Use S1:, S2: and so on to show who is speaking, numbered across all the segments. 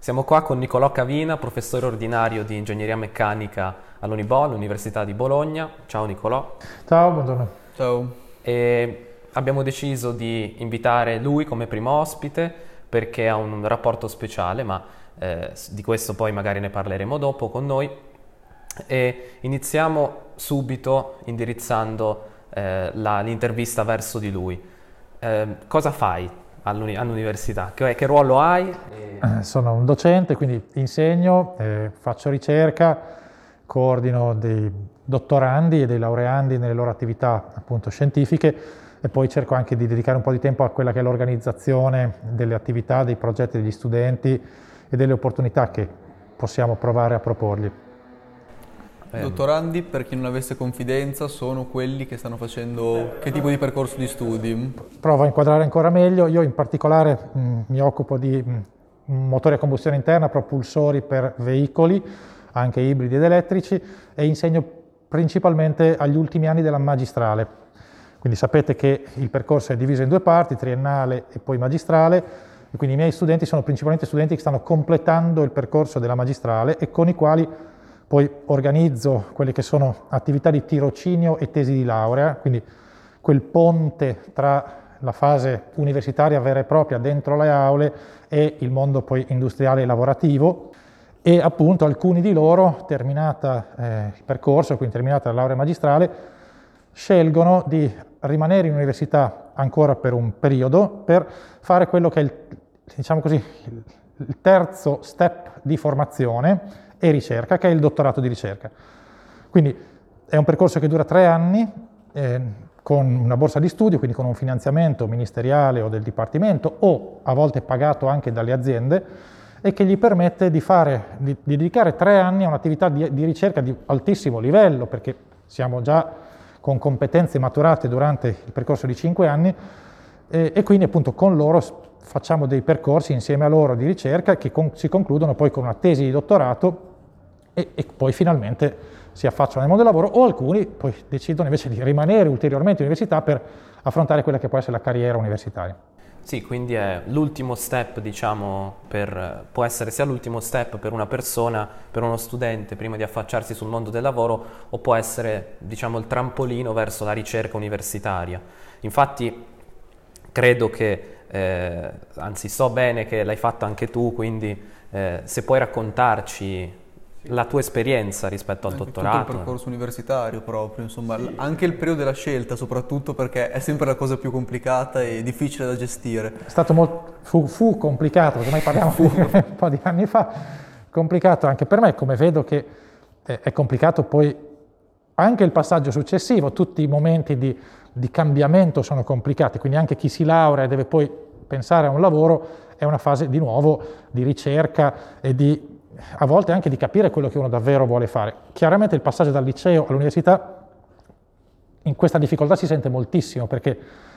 S1: Siamo qua con Nicolò Cavina, professore ordinario di ingegneria meccanica all'Unibo, all'Università di Bologna. Ciao Nicolò.
S2: Ciao, buongiorno.
S3: Ciao.
S1: E abbiamo deciso di invitare lui come primo ospite perché ha un rapporto speciale, ma di questo poi magari ne parleremo dopo con noi. E iniziamo subito indirizzando l'intervista verso di lui. Cosa fai all'università? Che ruolo hai?
S2: Sono un docente, quindi insegno, faccio ricerca, coordino dei dottorandi e dei laureandi nelle loro attività appunto scientifiche e poi cerco anche di dedicare un po' di tempo a quella che è l'organizzazione delle attività, dei progetti degli studenti e delle opportunità che possiamo provare a proporgli.
S3: Dottorandi, per chi non avesse confidenza, sono quelli che stanno facendo che tipo di percorso di studi?
S2: Provo a inquadrare ancora meglio. Io in particolare mi occupo di motori a combustione interna, propulsori per veicoli, anche ibridi ed elettrici, e insegno principalmente agli ultimi anni della magistrale. Quindi sapete che il percorso è diviso in due parti, triennale e poi magistrale, e quindi i miei studenti sono principalmente studenti che stanno completando il percorso della magistrale e con i quali poi organizzo quelle che sono attività di tirocinio e tesi di laurea, quindi quel ponte tra la fase universitaria vera e propria dentro le aule e il mondo poi industriale e lavorativo. E appunto alcuni di loro, terminata il percorso, quindi terminata la laurea magistrale, scelgono di rimanere in università ancora per un periodo per fare quello che è diciamo così, il terzo step di formazione e ricerca, che è il dottorato di ricerca. Quindi è un percorso che dura 3 anni, con una borsa di studio, quindi con un finanziamento ministeriale o del dipartimento, o a volte pagato anche dalle aziende, e che gli permette di dedicare 3 anni a un'attività di ricerca di altissimo livello, perché siamo già con competenze maturate durante il percorso di 5 anni, e quindi appunto con loro facciamo dei percorsi insieme a loro di ricerca che si concludono poi con una tesi di dottorato e poi finalmente si affacciano nel mondo del lavoro, o alcuni poi decidono invece di rimanere ulteriormente in università per affrontare quella che può essere la carriera universitaria.
S1: Sì, quindi è l'ultimo step, diciamo, può essere sia l'ultimo step per una persona, per uno studente prima di affacciarsi sul mondo del lavoro, o può essere, diciamo, il trampolino verso la ricerca universitaria. Infatti credo che anzi so bene che l'hai fatto anche tu, quindi se puoi raccontarci la tua esperienza rispetto al dottorato.
S3: Tutto il percorso universitario proprio, insomma, anche il periodo della scelta soprattutto, perché è sempre la cosa più complicata e difficile da gestire.
S2: È stato fu complicato, perché ormai parliamo un po' di anni fa, complicato anche per me, come vedo che è complicato poi anche il passaggio successivo, tutti i momenti di cambiamento sono complicati, quindi anche chi si laurea e deve poi pensare a un lavoro è una fase di nuovo di ricerca e a volte anche di capire quello che uno davvero vuole fare. Chiaramente il passaggio dal liceo all'università in questa difficoltà si sente moltissimo, perché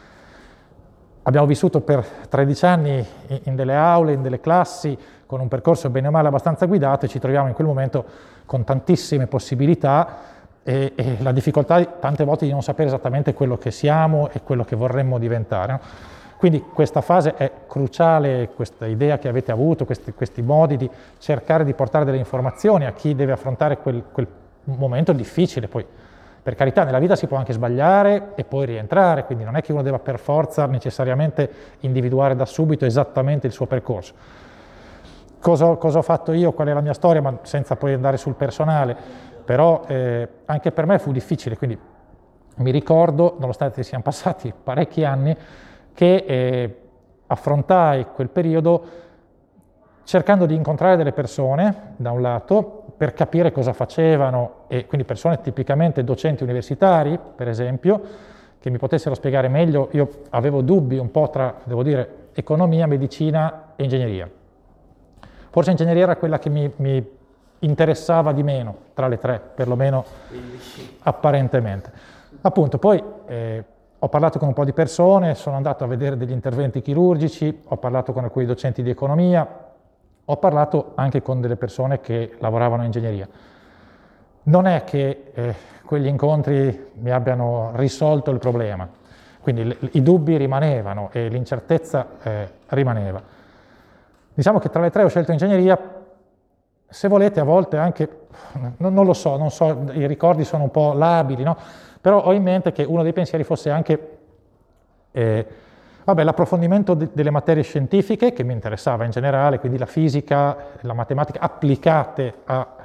S2: abbiamo vissuto per 13 anni in delle aule, in delle classi, con un percorso bene o male abbastanza guidato, e ci troviamo in quel momento con tantissime possibilità e la difficoltà tante volte di non sapere esattamente quello che siamo e quello che vorremmo diventare, no? Quindi questa fase è cruciale, questa idea che avete avuto, questi modi di cercare di portare delle informazioni a chi deve affrontare quel momento difficile. Poi, per carità, nella vita si può anche sbagliare e poi rientrare, quindi non è che uno debba per forza necessariamente individuare da subito esattamente il suo percorso. Cosa ho fatto io, qual è la mia storia, ma senza poi andare sul personale, però anche per me fu difficile, quindi mi ricordo, nonostante siano passati parecchi anni, che affrontai quel periodo cercando di incontrare delle persone, da un lato, per capire cosa facevano, e quindi persone tipicamente docenti universitari, per esempio, che mi potessero spiegare meglio. Io avevo dubbi un po' tra, devo dire, economia, medicina e ingegneria. Forse ingegneria era quella che mi interessava di meno, tra le tre, perlomeno apparentemente. Appunto, poi ho parlato con un po' di persone, sono andato a vedere degli interventi chirurgici, ho parlato con alcuni docenti di economia, ho parlato anche con delle persone che lavoravano in ingegneria. Non è che quegli incontri mi abbiano risolto il problema, quindi i dubbi rimanevano e l'incertezza rimaneva. Diciamo che tra le tre ho scelto ingegneria, se volete a volte anche, non lo so, i ricordi sono un po' labili, no? Però ho in mente che uno dei pensieri fosse anche l'approfondimento delle materie scientifiche che mi interessava in generale, quindi la fisica, la matematica applicate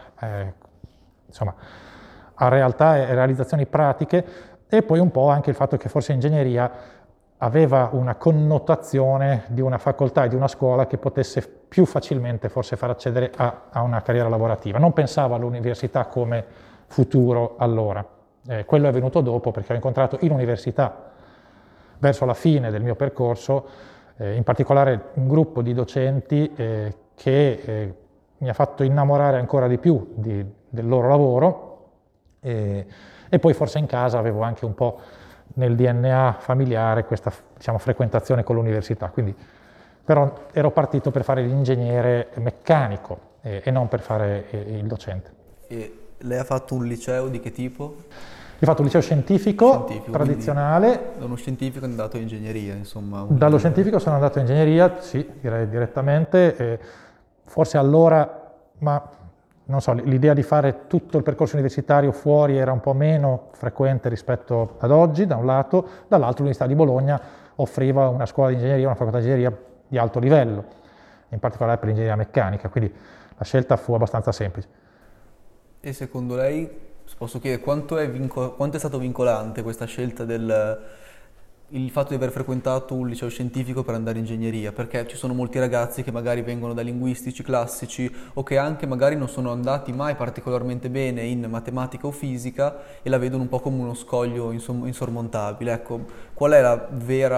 S2: a realtà e realizzazioni pratiche, e poi un po' anche il fatto che forse ingegneria aveva una connotazione di una facoltà e di una scuola che potesse più facilmente forse far accedere a una carriera lavorativa. Non pensavo all'università come futuro allora. Quello è venuto dopo, perché ho incontrato in università, verso la fine del mio percorso, in particolare un gruppo di docenti che mi ha fatto innamorare ancora di più del loro lavoro, e poi forse in casa avevo anche un po' nel DNA familiare questa, diciamo, frequentazione con l'università, quindi però ero partito per fare l'ingegnere meccanico e non per fare il docente.
S3: E lei ha fatto un liceo di che tipo?
S2: Ho fatto un liceo scientifico tradizionale.
S3: Da uno scientifico è andato in ingegneria, insomma.
S2: Dallo scientifico sono andato in ingegneria, sì, direi direttamente. Forse allora, ma non so, l'idea di fare tutto il percorso universitario fuori era un po' meno frequente rispetto ad oggi, da un lato, dall'altro l'Università di Bologna offriva una scuola di ingegneria, una facoltà di ingegneria di alto livello, in particolare per l'ingegneria meccanica, quindi la scelta fu abbastanza semplice.
S3: E secondo lei, posso chiedere, quanto è stato vincolante questa scelta il fatto di aver frequentato un liceo scientifico per andare in ingegneria? Perché ci sono molti ragazzi che magari vengono da linguistici classici o che anche magari non sono andati mai particolarmente bene in matematica o fisica e la vedono un po' come uno scoglio insormontabile. Ecco, qual è la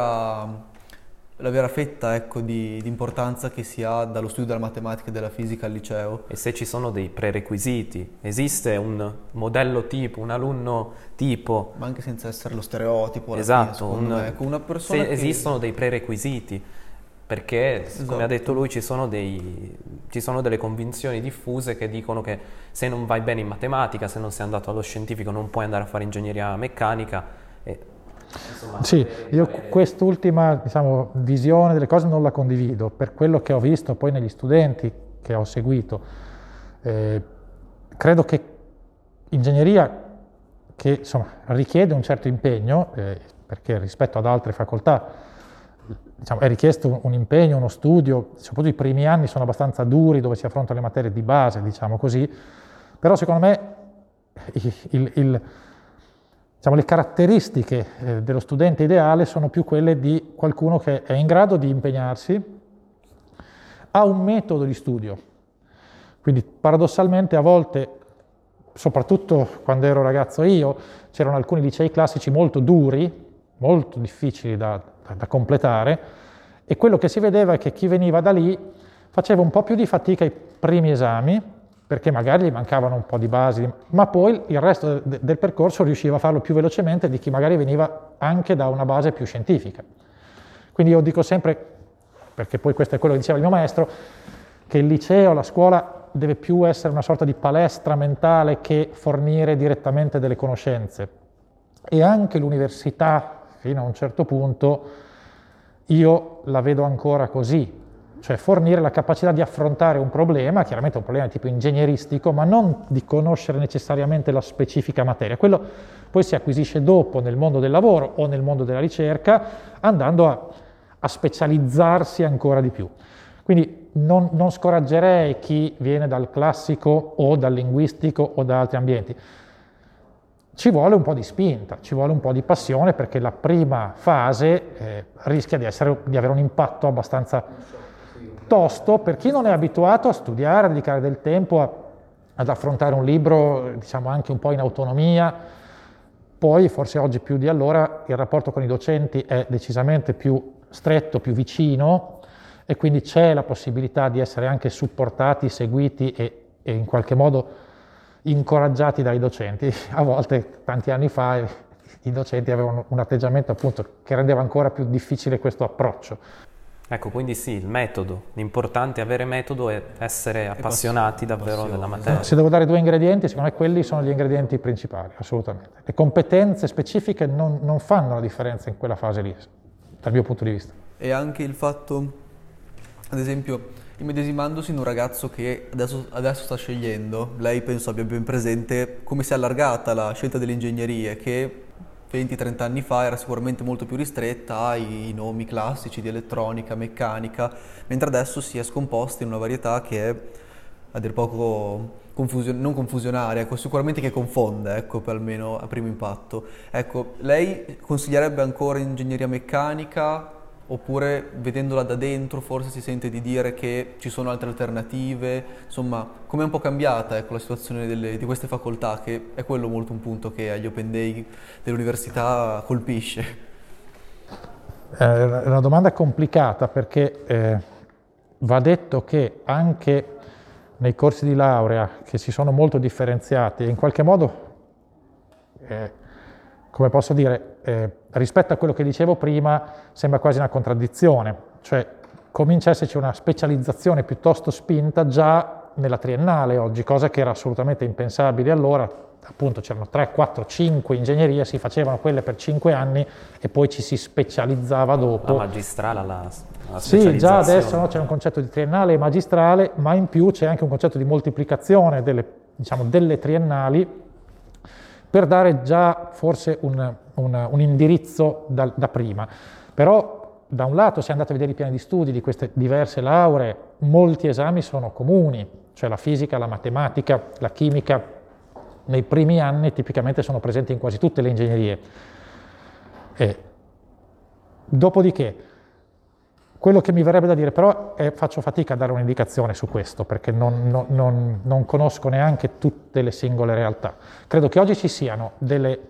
S3: vera fetta, ecco, di importanza che si ha dallo studio della matematica e della fisica al liceo?
S1: E se ci sono dei prerequisiti, esiste un modello tipo, un alunno tipo?
S3: Ma anche senza essere lo stereotipo.
S1: Esatto,
S3: ecco, una persona
S1: se esistono dei prerequisiti, perché come ha detto lui ci sono delle convinzioni diffuse che dicono che se non vai bene in matematica, se non sei andato allo scientifico non puoi andare a fare ingegneria meccanica. Insomma,
S2: sì, io quest'ultima, diciamo, visione delle cose non la condivido, per quello che ho visto poi negli studenti che ho seguito. Credo che ingegneria, che insomma richiede un certo impegno, perché rispetto ad altre facoltà, diciamo, è richiesto un impegno, uno studio, soprattutto i primi anni sono abbastanza duri, dove si affrontano le materie di base, diciamo così, però secondo me diciamo, le caratteristiche dello studente ideale sono più quelle di qualcuno che è in grado di impegnarsi, ha un metodo di studio. Quindi paradossalmente a volte, soprattutto quando ero ragazzo io, c'erano alcuni licei classici molto duri, molto difficili da completare, e quello che si vedeva è che chi veniva da lì faceva un po' più di fatica ai primi esami, perché magari gli mancavano un po' di basi, ma poi il resto del percorso riusciva a farlo più velocemente di chi magari veniva anche da una base più scientifica. Quindi io dico sempre, perché poi questo è quello che diceva il mio maestro, che il liceo, la scuola deve più essere una sorta di palestra mentale che fornire direttamente delle conoscenze. E anche l'università, fino a un certo punto, io la vedo ancora così. Cioè fornire la capacità di affrontare un problema, chiaramente un problema di tipo ingegneristico, ma non di conoscere necessariamente la specifica materia. Quello poi si acquisisce dopo nel mondo del lavoro o nel mondo della ricerca, andando a specializzarsi ancora di più. Quindi non scoraggerei chi viene dal classico o dal linguistico o da altri ambienti. Ci vuole un po' di spinta, ci vuole un po' di passione, perché la prima fase rischia di avere un impatto abbastanza tosto per chi non è abituato a studiare, a dedicare del tempo ad affrontare un libro, diciamo, anche un po' in autonomia. Poi, forse oggi più di allora, il rapporto con i docenti è decisamente più stretto, più vicino, e quindi c'è la possibilità di essere anche supportati, seguiti e in qualche modo incoraggiati dai docenti. A volte, tanti anni fa, i docenti avevano un atteggiamento appunto che rendeva ancora più difficile questo approccio.
S1: Ecco, quindi sì, il metodo, l'importante è avere metodo e essere appassionati davvero della materia.
S2: Se devo dare due ingredienti, secondo me quelli sono gli ingredienti principali, assolutamente. Le competenze specifiche non fanno la differenza in quella fase lì, dal mio punto di vista.
S3: E anche il fatto, ad esempio, Immedesimandosi in un ragazzo che adesso sta scegliendo, lei penso abbia ben presente come si è allargata la scelta delle ingegnerie, che 20-30 anni fa era sicuramente molto più ristretta ai nomi classici di elettronica, meccanica, mentre adesso si è scomposta in una varietà che è, a dir poco, non confusionaria, ecco, sicuramente che confonde, ecco, per almeno a primo impatto. Ecco, lei consiglierebbe ancora ingegneria meccanica? Oppure vedendola da dentro forse si sente di dire che ci sono altre alternative, insomma, come è un po' cambiata, ecco, la situazione di queste facoltà, che è quello molto un punto che agli Open Day dell'università colpisce.
S2: È una domanda complicata perché va detto che anche nei corsi di laurea che si sono molto differenziati, in qualche modo, come posso dire, rispetto a quello che dicevo prima, sembra quasi una contraddizione, cioè comincia a esserci una specializzazione piuttosto spinta già nella triennale oggi, cosa che era assolutamente impensabile allora, appunto c'erano 3, 4, 5 ingegnerie, si facevano quelle per 5 anni e poi ci si specializzava dopo.
S1: La magistrale, la
S2: sì, già adesso no, c'è un concetto di triennale e magistrale, ma in più c'è anche un concetto di moltiplicazione delle triennali, per dare già forse un indirizzo da prima. Però da un lato, se andate a vedere i piani di studi di queste diverse lauree, molti esami sono comuni, cioè la fisica, la matematica, la chimica, nei primi anni tipicamente sono presenti in quasi tutte le ingegnerie. Dopodiché, quello che mi verrebbe da dire però è faccio fatica a dare un'indicazione su questo perché non conosco neanche tutte le singole realtà. Credo che oggi ci siano dei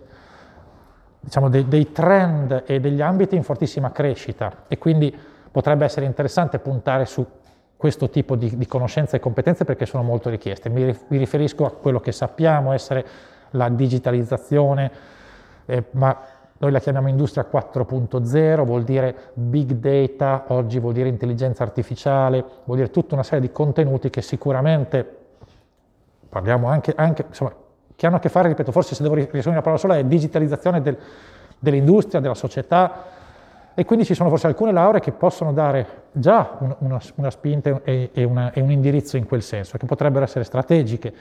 S2: trend e degli ambiti in fortissima crescita e quindi potrebbe essere interessante puntare su questo tipo di conoscenze e competenze perché sono molto richieste. Mi riferisco a quello che sappiamo essere la digitalizzazione, ma noi la chiamiamo industria 4.0, vuol dire big data, oggi vuol dire intelligenza artificiale, vuol dire tutta una serie di contenuti che sicuramente, parliamo anche insomma, che hanno a che fare, ripeto, forse se devo riassumere una parola sola, è digitalizzazione dell'industria, della società, e quindi ci sono forse alcune lauree che possono dare già una spinta e un indirizzo in quel senso, che potrebbero essere strategiche.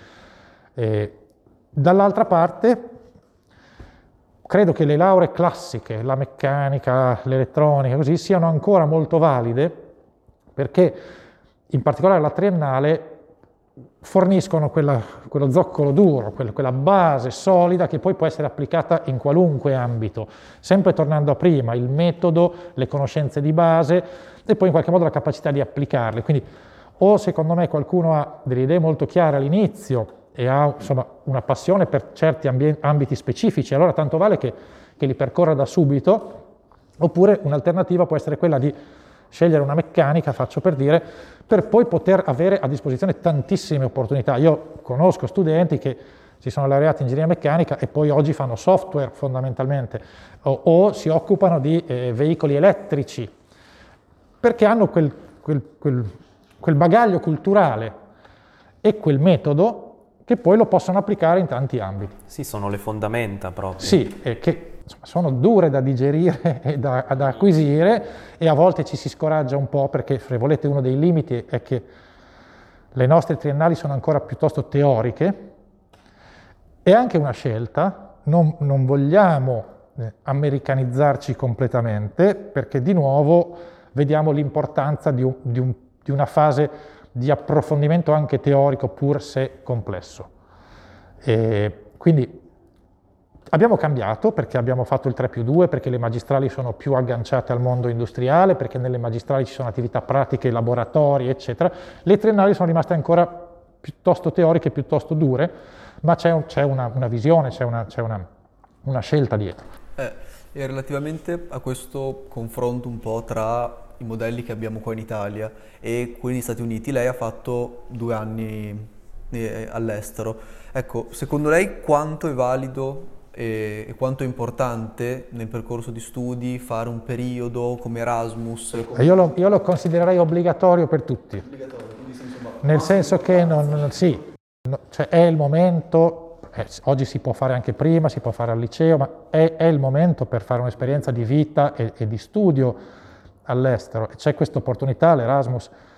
S2: Dall'altra parte, credo che le lauree classiche, la meccanica, l'elettronica, così, siano ancora molto valide perché in particolare la triennale forniscono quello zoccolo duro, quella base solida che poi può essere applicata in qualunque ambito, sempre tornando a prima, il metodo, le conoscenze di base e poi in qualche modo la capacità di applicarle. Quindi o secondo me qualcuno ha delle idee molto chiare all'inizio e ha insomma una passione per certi ambiti specifici, allora tanto vale che li percorra da subito, oppure un'alternativa può essere quella di scegliere una meccanica, faccio per dire, per poi poter avere a disposizione tantissime opportunità. Io conosco studenti che si sono laureati in ingegneria meccanica e poi oggi fanno software fondamentalmente, o si occupano di veicoli elettrici, perché hanno quel bagaglio culturale e quel metodo che poi lo possono applicare in tanti ambiti.
S1: Sì, sono le fondamenta proprio.
S2: Sì, che insomma, sono dure da digerire e da acquisire e a volte ci si scoraggia un po' perché, se volete, uno dei limiti è che le nostre triennali sono ancora piuttosto teoriche. È anche una scelta, non vogliamo americanizzarci completamente perché di nuovo vediamo l'importanza di una fase di approfondimento anche teorico, pur se complesso. Quindi abbiamo cambiato perché abbiamo fatto il 3+2, perché le magistrali sono più agganciate al mondo industriale, perché nelle magistrali ci sono attività pratiche, laboratori, eccetera. Le triennali sono rimaste ancora piuttosto teoriche, piuttosto dure, ma c'è una visione, c'è una scelta dietro.
S3: E relativamente a questo confronto un po' tra i modelli che abbiamo qua in Italia e quelli negli Stati Uniti, lei ha fatto 2 anni all'estero. Ecco, secondo lei quanto è valido e quanto è importante nel percorso di studi fare un periodo come Erasmus?
S2: Io lo considererei obbligatorio per tutti.
S3: Obbligatorio, quindi
S2: nel senso che cioè è il momento. Oggi si può fare anche prima, si può fare al liceo, ma è il momento per fare un'esperienza di vita e di studio all'estero. C'è questa opportunità, l'Erasmus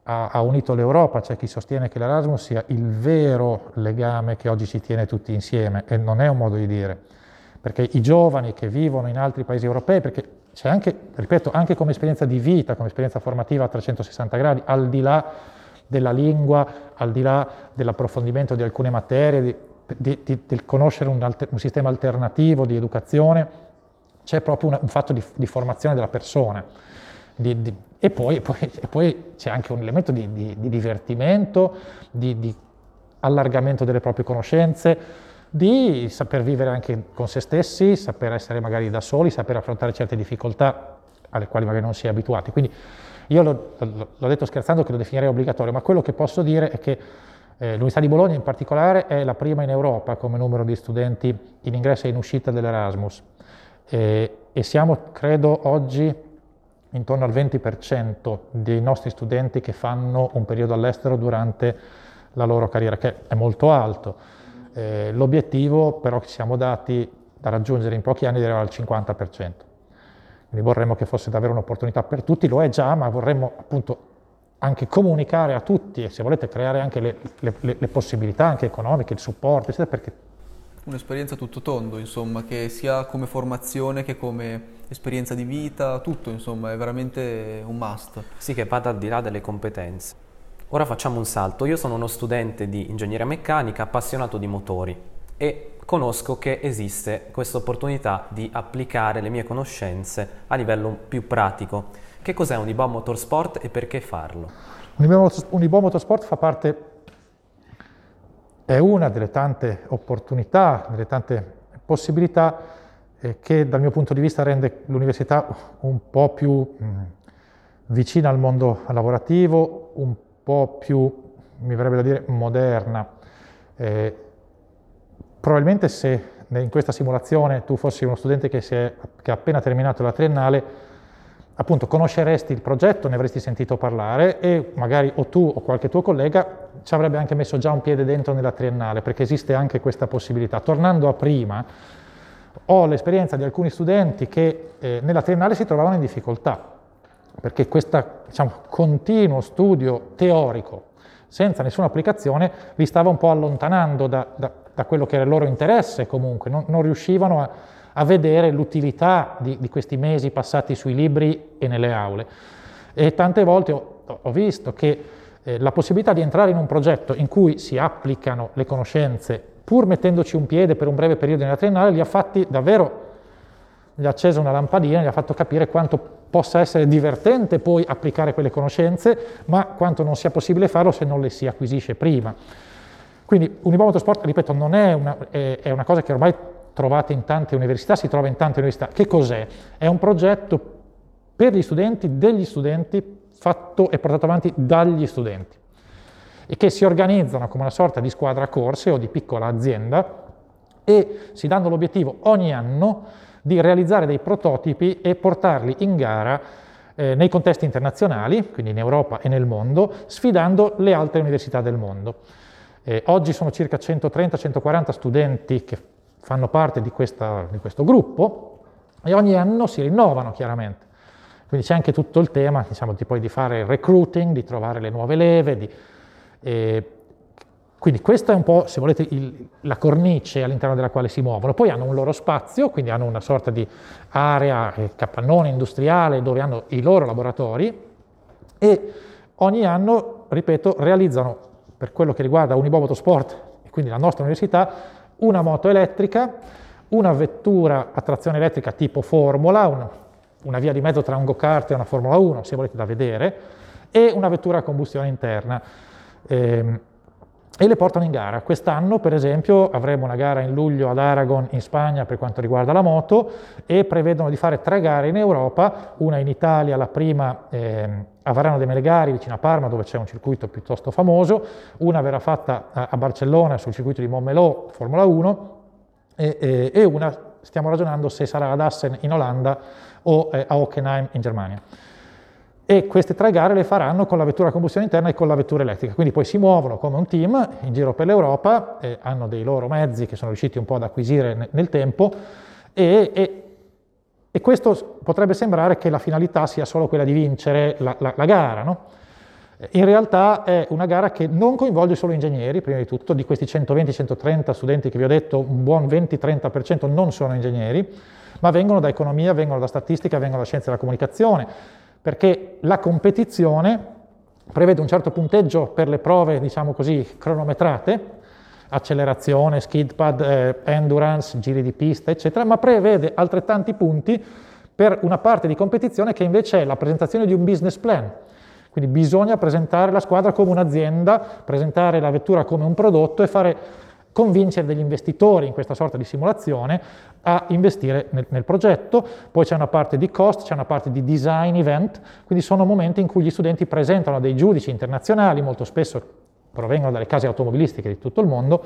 S2: ha unito l'Europa, c'è chi sostiene che l'Erasmus sia il vero legame che oggi ci tiene tutti insieme, e non è un modo di dire, perché i giovani che vivono in altri paesi europei, perché c'è anche, ripeto, anche come esperienza di vita, come esperienza formativa a 360 gradi, al di là della lingua, al di là dell'approfondimento di alcune materie, del conoscere un sistema alternativo di educazione, c'è proprio un fatto di formazione della persona. E poi c'è anche un elemento di divertimento, di allargamento delle proprie conoscenze, di saper vivere anche con se stessi, saper essere magari da soli, saper affrontare certe difficoltà alle quali magari non si è abituati. Quindi io l'ho detto scherzando che lo definirei obbligatorio, ma quello che posso dire è che l'Università di Bologna in particolare è la prima in Europa come numero di studenti in ingresso e in uscita dell'Erasmus, e siamo, credo, oggi intorno al 20% dei nostri studenti che fanno un periodo all'estero durante la loro carriera, che è molto alto. L'obiettivo però che ci siamo dati da raggiungere in pochi anni era al 50%. Quindi vorremmo che fosse davvero un'opportunità per tutti, lo è già, ma vorremmo appunto anche comunicare a tutti e, se volete, creare anche le possibilità anche economiche, il supporto, eccetera, perché
S3: un'esperienza a tutto tondo, insomma, che sia come formazione che come esperienza di vita, tutto, insomma, è veramente un must.
S1: Sì, che vada al di là delle competenze. Ora facciamo un salto. Io sono uno studente di ingegneria meccanica appassionato di motori e conosco che esiste questa opportunità di applicare le mie conoscenze a livello più pratico. Che cos'è un IBOM Motorsport e perché farlo?
S2: Un IBOM Motorsport fa parte, è una delle tante opportunità, delle tante possibilità che dal mio punto di vista rende l'università un po' più vicina al mondo lavorativo, un po' più, mi verrebbe da dire, moderna. Probabilmente se in questa simulazione tu fossi uno studente che ha appena terminato la triennale, appunto conosceresti il progetto, ne avresti sentito parlare e magari o tu o qualche tuo collega ci avrebbe anche messo già un piede dentro nella triennale, perché esiste anche questa possibilità. Tornando a prima, ho l'esperienza di alcuni studenti che nella triennale si trovavano in difficoltà, perché questo, diciamo, continuo studio teorico senza nessuna applicazione li stava un po' allontanando da quello che era il loro interesse comunque, non riuscivano a vedere l'utilità di questi mesi passati sui libri e nelle aule. E tante volte ho visto che la possibilità di entrare in un progetto in cui si applicano le conoscenze, pur mettendoci un piede per un breve periodo nella triennale, li ha fatti davvero, gli ha acceso una lampadina, gli ha fatto capire quanto possa essere divertente poi applicare quelle conoscenze, ma quanto non sia possibile farlo se non le si acquisisce prima. Quindi un IBOM Motorsport, ripeto, non è una cosa che ormai trovate in tante università, si trova in tante università. Che cos'è? È un progetto per gli studenti, degli studenti, fatto e portato avanti dagli studenti, e che si organizzano come una sorta di squadra corse o di piccola azienda e si danno l'obiettivo ogni anno di realizzare dei prototipi e portarli in gara nei contesti internazionali, quindi in Europa e nel mondo, sfidando le altre università del mondo. Oggi sono circa 130-140 studenti che fanno parte di questo gruppo e ogni anno si rinnovano chiaramente. Quindi c'è anche tutto il tema, diciamo, di fare recruiting, di trovare le nuove leve, quindi questa è un po', se volete, la cornice all'interno della quale si muovono. Poi hanno un loro spazio, quindi hanno una sorta di area, capannone industriale dove hanno i loro laboratori e ogni anno, ripeto, realizzano, per quello che riguarda Unibo Motorsport e quindi la nostra università, una moto elettrica, una vettura a trazione elettrica tipo Formula, una via di mezzo tra un go-kart e una Formula 1, se volete, da vedere, e una vettura a combustione interna. E le portano in gara. Quest'anno, per esempio, avremo una gara in luglio ad Aragon, in Spagna, per quanto riguarda la moto, e prevedono di fare 3 gare in Europa, una in Italia, la prima a Varano de Melegari, vicino a Parma, dove c'è un circuito piuttosto famoso, una verrà fatta a Barcellona, sul circuito di Montmeló, Formula 1, e una stiamo ragionando se sarà ad Assen in Olanda o a Hockenheim in Germania. E queste 3 gare le faranno con la vettura a combustione interna e con la vettura elettrica, quindi poi si muovono come un team in giro per l'Europa, hanno dei loro mezzi che sono riusciti un po' ad acquisire nel tempo e questo potrebbe sembrare che la finalità sia solo quella di vincere la gara, no? In realtà è una gara che non coinvolge solo ingegneri, prima di tutto, di questi 120-130 studenti che vi ho detto, un buon 20-30% non sono ingegneri, ma vengono da economia, vengono da statistica, vengono da scienze della comunicazione, perché la competizione prevede un certo punteggio per le prove, diciamo così, cronometrate, accelerazione, skid pad, endurance, giri di pista, eccetera, ma prevede altrettanti punti per una parte di competizione che invece è la presentazione di un business plan. Quindi bisogna presentare la squadra come un'azienda, presentare la vettura come un prodotto e fare convincere degli investitori in questa sorta di simulazione a investire nel progetto. Poi c'è una parte di cost, c'è una parte di design event, quindi sono momenti in cui gli studenti presentano a dei giudici internazionali, molto spesso provengono dalle case automobilistiche di tutto il mondo,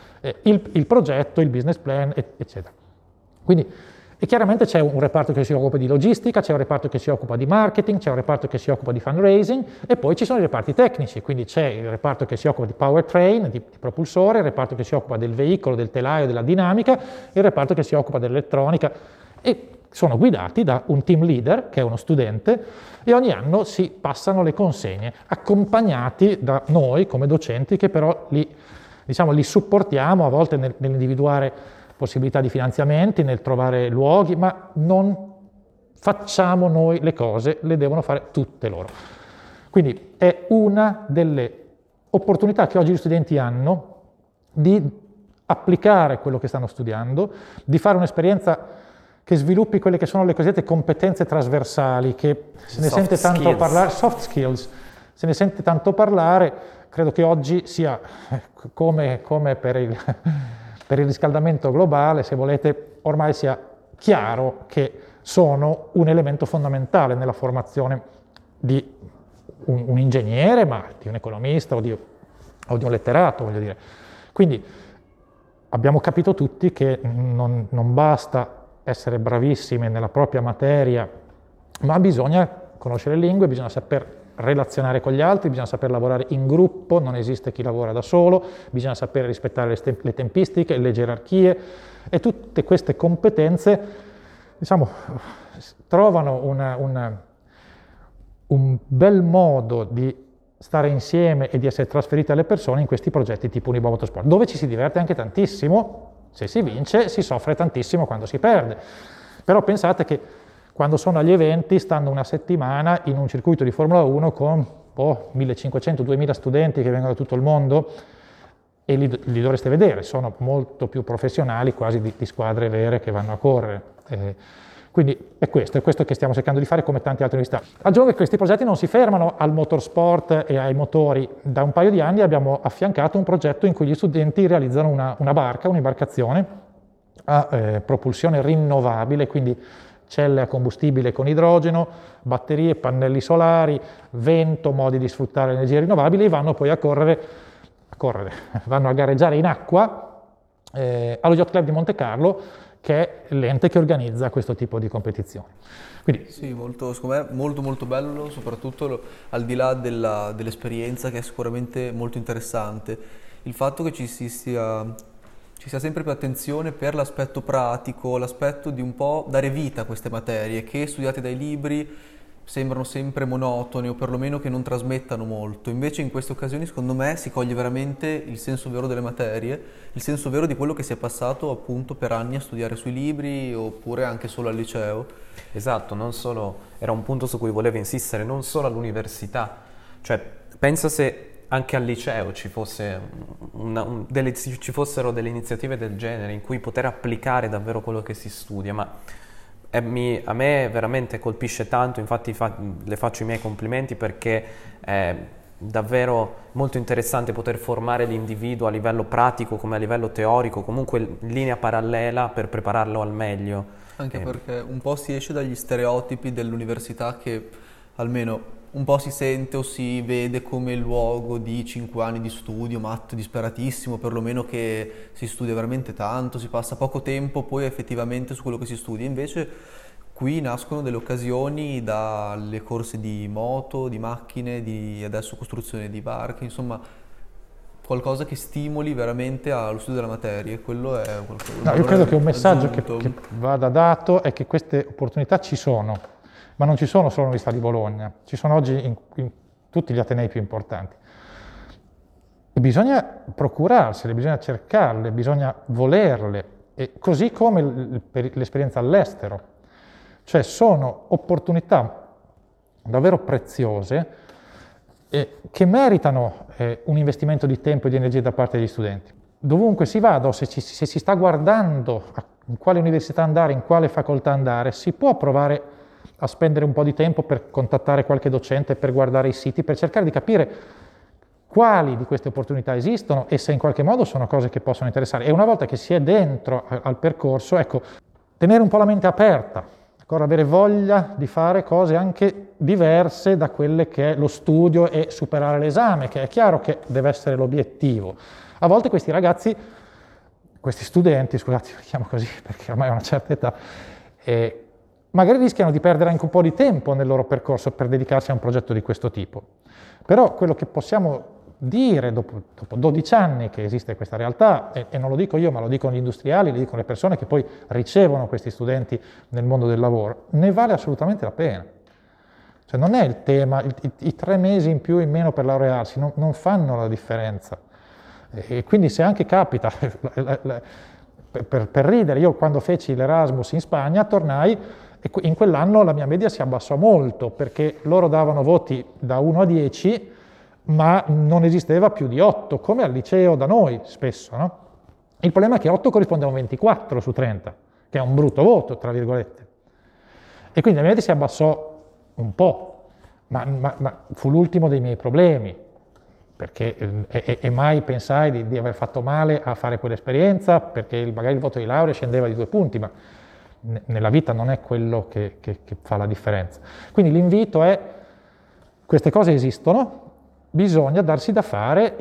S2: il progetto, il business plan, eccetera. Quindi, e chiaramente c'è un reparto che si occupa di logistica, c'è un reparto che si occupa di marketing, c'è un reparto che si occupa di fundraising e poi ci sono i reparti tecnici, quindi c'è il reparto che si occupa di powertrain, di propulsore, il reparto che si occupa del veicolo, del telaio, della dinamica, il reparto che si occupa dell'elettronica e sono guidati da un team leader che è uno studente e ogni anno si passano le consegne accompagnati da noi come docenti che però li supportiamo a volte nell'individuare possibilità di finanziamenti, nel trovare luoghi, ma non facciamo noi le cose, le devono fare tutte loro. Quindi è una delle opportunità che oggi gli studenti hanno di applicare quello che stanno studiando, di fare un'esperienza che sviluppi quelle che sono le cosiddette competenze trasversali, che se ne sente tanto parlare, soft skills, se ne sente tanto parlare, credo che oggi sia come per il riscaldamento globale, se volete, ormai sia chiaro che sono un elemento fondamentale nella formazione di un ingegnere, ma di un economista o di un letterato, voglio dire. Quindi abbiamo capito tutti che non basta essere bravissimi nella propria materia, ma bisogna conoscere le lingue, bisogna saper relazionare con gli altri, bisogna saper lavorare in gruppo, non esiste chi lavora da solo, bisogna sapere rispettare le tempistiche, le gerarchie e tutte queste competenze, diciamo, trovano un bel modo di stare insieme e di essere trasferite alle persone in questi progetti tipo Unibo Motorsport, dove ci si diverte anche tantissimo, se si vince, si soffre tantissimo quando si perde. Però pensate che quando sono agli eventi stanno una settimana in un circuito di Formula 1 con 1500-2000 studenti che vengono da tutto il mondo e li dovreste vedere, sono molto più professionali quasi di squadre vere che vanno a correre. Quindi è questo che stiamo cercando di fare come tante altre università. Aggiungo che questi progetti non si fermano al motorsport e ai motori. Da un paio di anni abbiamo affiancato un progetto in cui gli studenti realizzano una barca, un'imbarcazione a propulsione rinnovabile, quindi celle a combustibile con idrogeno, batterie, pannelli solari, vento, modi di sfruttare le energie rinnovabili e vanno poi vanno a gareggiare in acqua allo Yacht Club di Monte Carlo, che è l'ente che organizza questo tipo di competizioni. Quindi,
S3: sì, secondo me molto bello, soprattutto al di là dell'esperienza che è sicuramente molto interessante. Il fatto che ci sia sempre più attenzione per l'aspetto pratico, l'aspetto di un po' dare vita a queste materie che studiate dai libri sembrano sempre monotone o perlomeno che non trasmettano molto. Invece in queste occasioni secondo me si coglie veramente il senso vero delle materie, il senso vero di quello che si è passato appunto per anni a studiare sui libri oppure anche solo al liceo.
S1: Esatto, non solo, era un punto su cui volevo insistere, non solo all'università, cioè pensa se anche al liceo ci fossero delle iniziative del genere in cui poter applicare davvero quello che si studia, ma a me veramente colpisce tanto, infatti le faccio i miei complimenti perché è davvero molto interessante poter formare l'individuo a livello pratico come a livello teorico, comunque in linea parallela per prepararlo al meglio.
S3: Anche perché un po' si esce dagli stereotipi dell'università che almeno un po' si sente o si vede come luogo di 5 anni di studio, matto, disperatissimo, perlomeno che si studia veramente tanto, si passa poco tempo poi effettivamente su quello che si studia. Invece qui nascono delle occasioni dalle corse di moto, di macchine, di adesso costruzione di barche, insomma qualcosa che stimoli veramente allo studio della materia. Quello è qualcosa.
S2: Io credo che un messaggio che vada dato è che queste opportunità ci sono. Ma non ci sono solo all'Università di Bologna, ci sono oggi in tutti gli atenei più importanti. E bisogna procurarsele, bisogna cercarle, bisogna volerle, e così come per l'esperienza all'estero. Cioè sono opportunità davvero preziose che meritano un investimento di tempo e di energia da parte degli studenti. Dovunque si vada, o se si sta guardando in quale università andare, in quale facoltà andare, si può provare a spendere un po' di tempo per contattare qualche docente, per guardare i siti, per cercare di capire quali di queste opportunità esistono e se in qualche modo sono cose che possono interessare. E una volta che si è dentro al percorso, ecco, tenere un po' la mente aperta, avere voglia di fare cose anche diverse da quelle che è lo studio e superare l'esame, che è chiaro che deve essere l'obiettivo. A volte questi ragazzi, questi studenti, scusate, li chiamo così perché ormai ho una certa età, magari rischiano di perdere anche un po' di tempo nel loro percorso per dedicarsi a un progetto di questo tipo. Però quello che possiamo dire dopo 12 anni che esiste questa realtà, e non lo dico io, ma lo dicono gli industriali, lo dicono le persone che poi ricevono questi studenti nel mondo del lavoro, ne vale assolutamente la pena. Cioè non è il tema, i 3 mesi in più o in meno per laurearsi non fanno la differenza. E quindi se anche capita, per ridere, io quando feci l'Erasmus in Spagna tornai e in quell'anno la mia media si abbassò molto perché loro davano voti da 1 a 10, ma non esisteva più di 8, come al liceo da noi spesso, no? Il problema è che 8 corrisponde a un 24 su 30, che è un brutto voto, tra virgolette. E quindi la mia media si abbassò un po', ma fu l'ultimo dei miei problemi, perché e mai pensai di aver fatto male a fare quell'esperienza, perché magari il voto di laurea scendeva di 2 punti, ma nella vita non è quello che fa la differenza. Quindi l'invito è: queste cose esistono, bisogna darsi da fare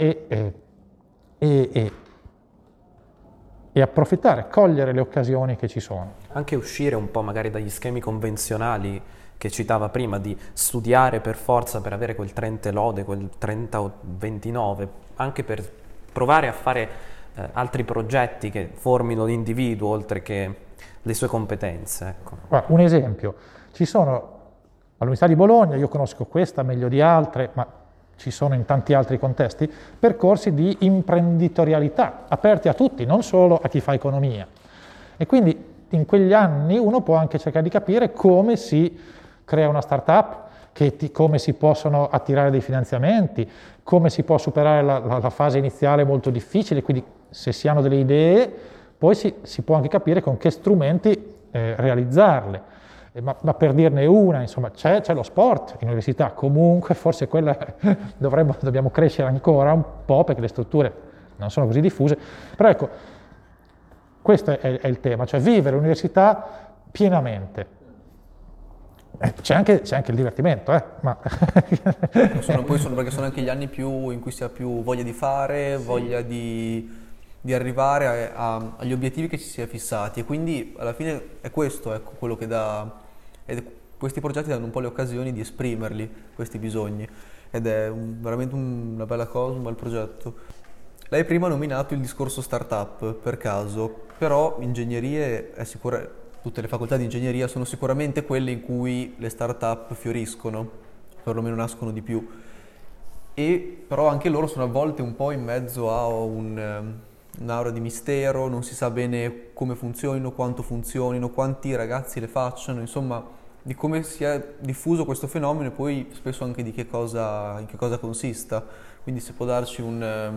S2: e approfittare, cogliere le occasioni che ci sono.
S1: Anche uscire un po' magari dagli schemi convenzionali che citava prima, di studiare per forza per avere quel 30 lode, quel 30 o 29, anche per provare a fare altri progetti che formino l'individuo oltre che le sue competenze. Ecco.
S2: Guarda, un esempio, ci sono all'Università di Bologna, io conosco questa meglio di altre, ma ci sono in tanti altri contesti, percorsi di imprenditorialità aperti a tutti, non solo a chi fa economia. E quindi in quegli anni uno può anche cercare di capire come si crea una startup, come si possono attirare dei finanziamenti, come si può superare la fase iniziale molto difficile, quindi se si hanno delle idee poi si può anche capire con che strumenti realizzarle. Ma per dirne una, insomma, c'è lo sport in università, comunque forse quella dobbiamo crescere ancora un po' perché le strutture non sono così diffuse, però ecco, questo è il tema, cioè vivere l'università pienamente. C'è anche il divertimento, ma...
S3: perché sono anche gli anni in cui si ha più voglia di fare, voglia di arrivare agli obiettivi che ci si è fissati, e quindi alla fine è questo, ecco, quello che dà, ed questi progetti danno un po' le occasioni di esprimerli, questi bisogni, ed è veramente una bella cosa, un bel progetto. Lei prima ha nominato il discorso startup per caso, però ingegnerie è sicura. Tutte le facoltà di ingegneria sono sicuramente quelle in cui le start-up fioriscono, perlomeno nascono di più, e però anche loro sono a volte un po' in mezzo a un'aura di mistero, non si sa bene come funzionino, quanto funzionino, quanti ragazzi le facciano, insomma, di come si è diffuso questo fenomeno e poi spesso anche in che cosa consista. Quindi se può darci una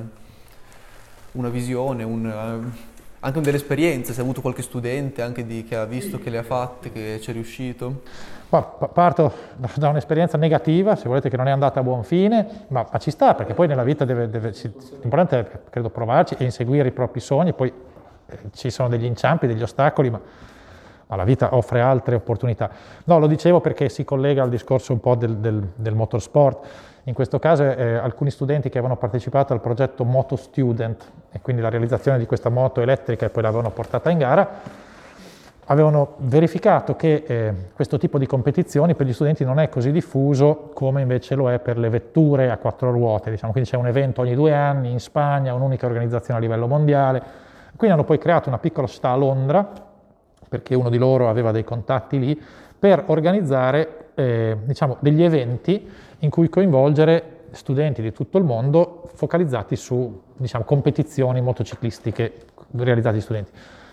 S3: visione, anche delle esperienze, se ha avuto qualche studente anche che ha visto, che le ha fatte, che ci è riuscito.
S2: Parto da un'esperienza negativa, se volete, che non è andata a buon fine, ma ci sta, perché poi nella vita l'importante è, credo, provarci e inseguire i propri sogni, poi ci sono degli inciampi, degli ostacoli, ma la vita offre altre opportunità. No, lo dicevo perché si collega al discorso un po' del motorsport. In questo caso alcuni studenti che avevano partecipato al progetto Moto Student, e quindi la realizzazione di questa moto elettrica e poi l'avevano portata in gara, avevano verificato che questo tipo di competizioni per gli studenti non è così diffuso come invece lo è per le vetture a 4 ruote. Diciamo. Quindi c'è un evento ogni 2 anni in Spagna, un'unica organizzazione a livello mondiale. Quindi hanno poi creato una piccola società a Londra, perché uno di loro aveva dei contatti lì, per organizzare degli eventi in cui coinvolgere studenti di tutto il mondo focalizzati su, diciamo, competizioni motociclistiche realizzate da studenti.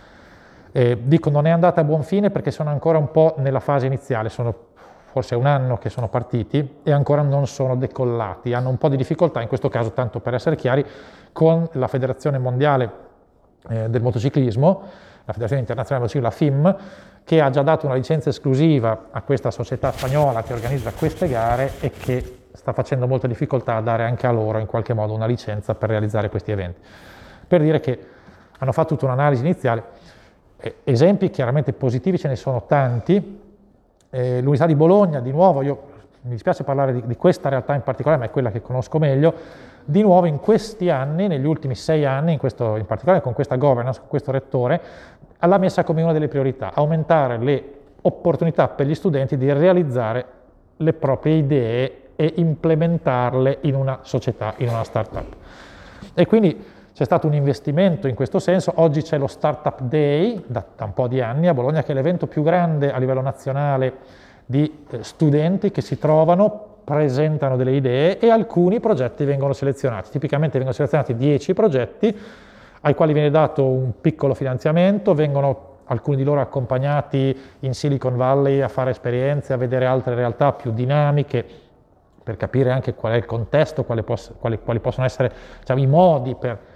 S2: Dico, non è andata a buon fine perché sono ancora un po' nella fase iniziale, sono forse 1 anno che sono partiti e ancora non sono decollati, hanno un po' di difficoltà in questo caso, tanto per essere chiari, con la Federazione Mondiale del Motociclismo, la Federazione Internazionale del Motociclismo, la FIM, che ha già dato una licenza esclusiva a questa società spagnola che organizza queste gare e che sta facendo molta difficoltà a dare anche a loro in qualche modo una licenza per realizzare questi eventi. Per dire che hanno fatto tutta un'analisi iniziale, esempi chiaramente positivi ce ne sono tanti. L'Università di Bologna, di nuovo, mi dispiace parlare di questa realtà in particolare, ma è quella che conosco meglio, di nuovo in questi anni, negli ultimi 6 anni, in particolare con questa governance, con questo rettore, l'ha messa come una delle priorità, aumentare le opportunità per gli studenti di realizzare le proprie idee e implementarle in una società, in una startup. E quindi c'è stato un investimento in questo senso. Oggi c'è lo Startup Day da un po' di anni a Bologna, che è l'evento più grande a livello nazionale di studenti che si trovano, presentano delle idee e alcuni progetti vengono selezionati. Tipicamente vengono selezionati 10 progetti ai quali viene dato un piccolo finanziamento, vengono alcuni di loro accompagnati in Silicon Valley a fare esperienze, a vedere altre realtà più dinamiche, per capire anche qual è il contesto, quali possono essere, diciamo, i modi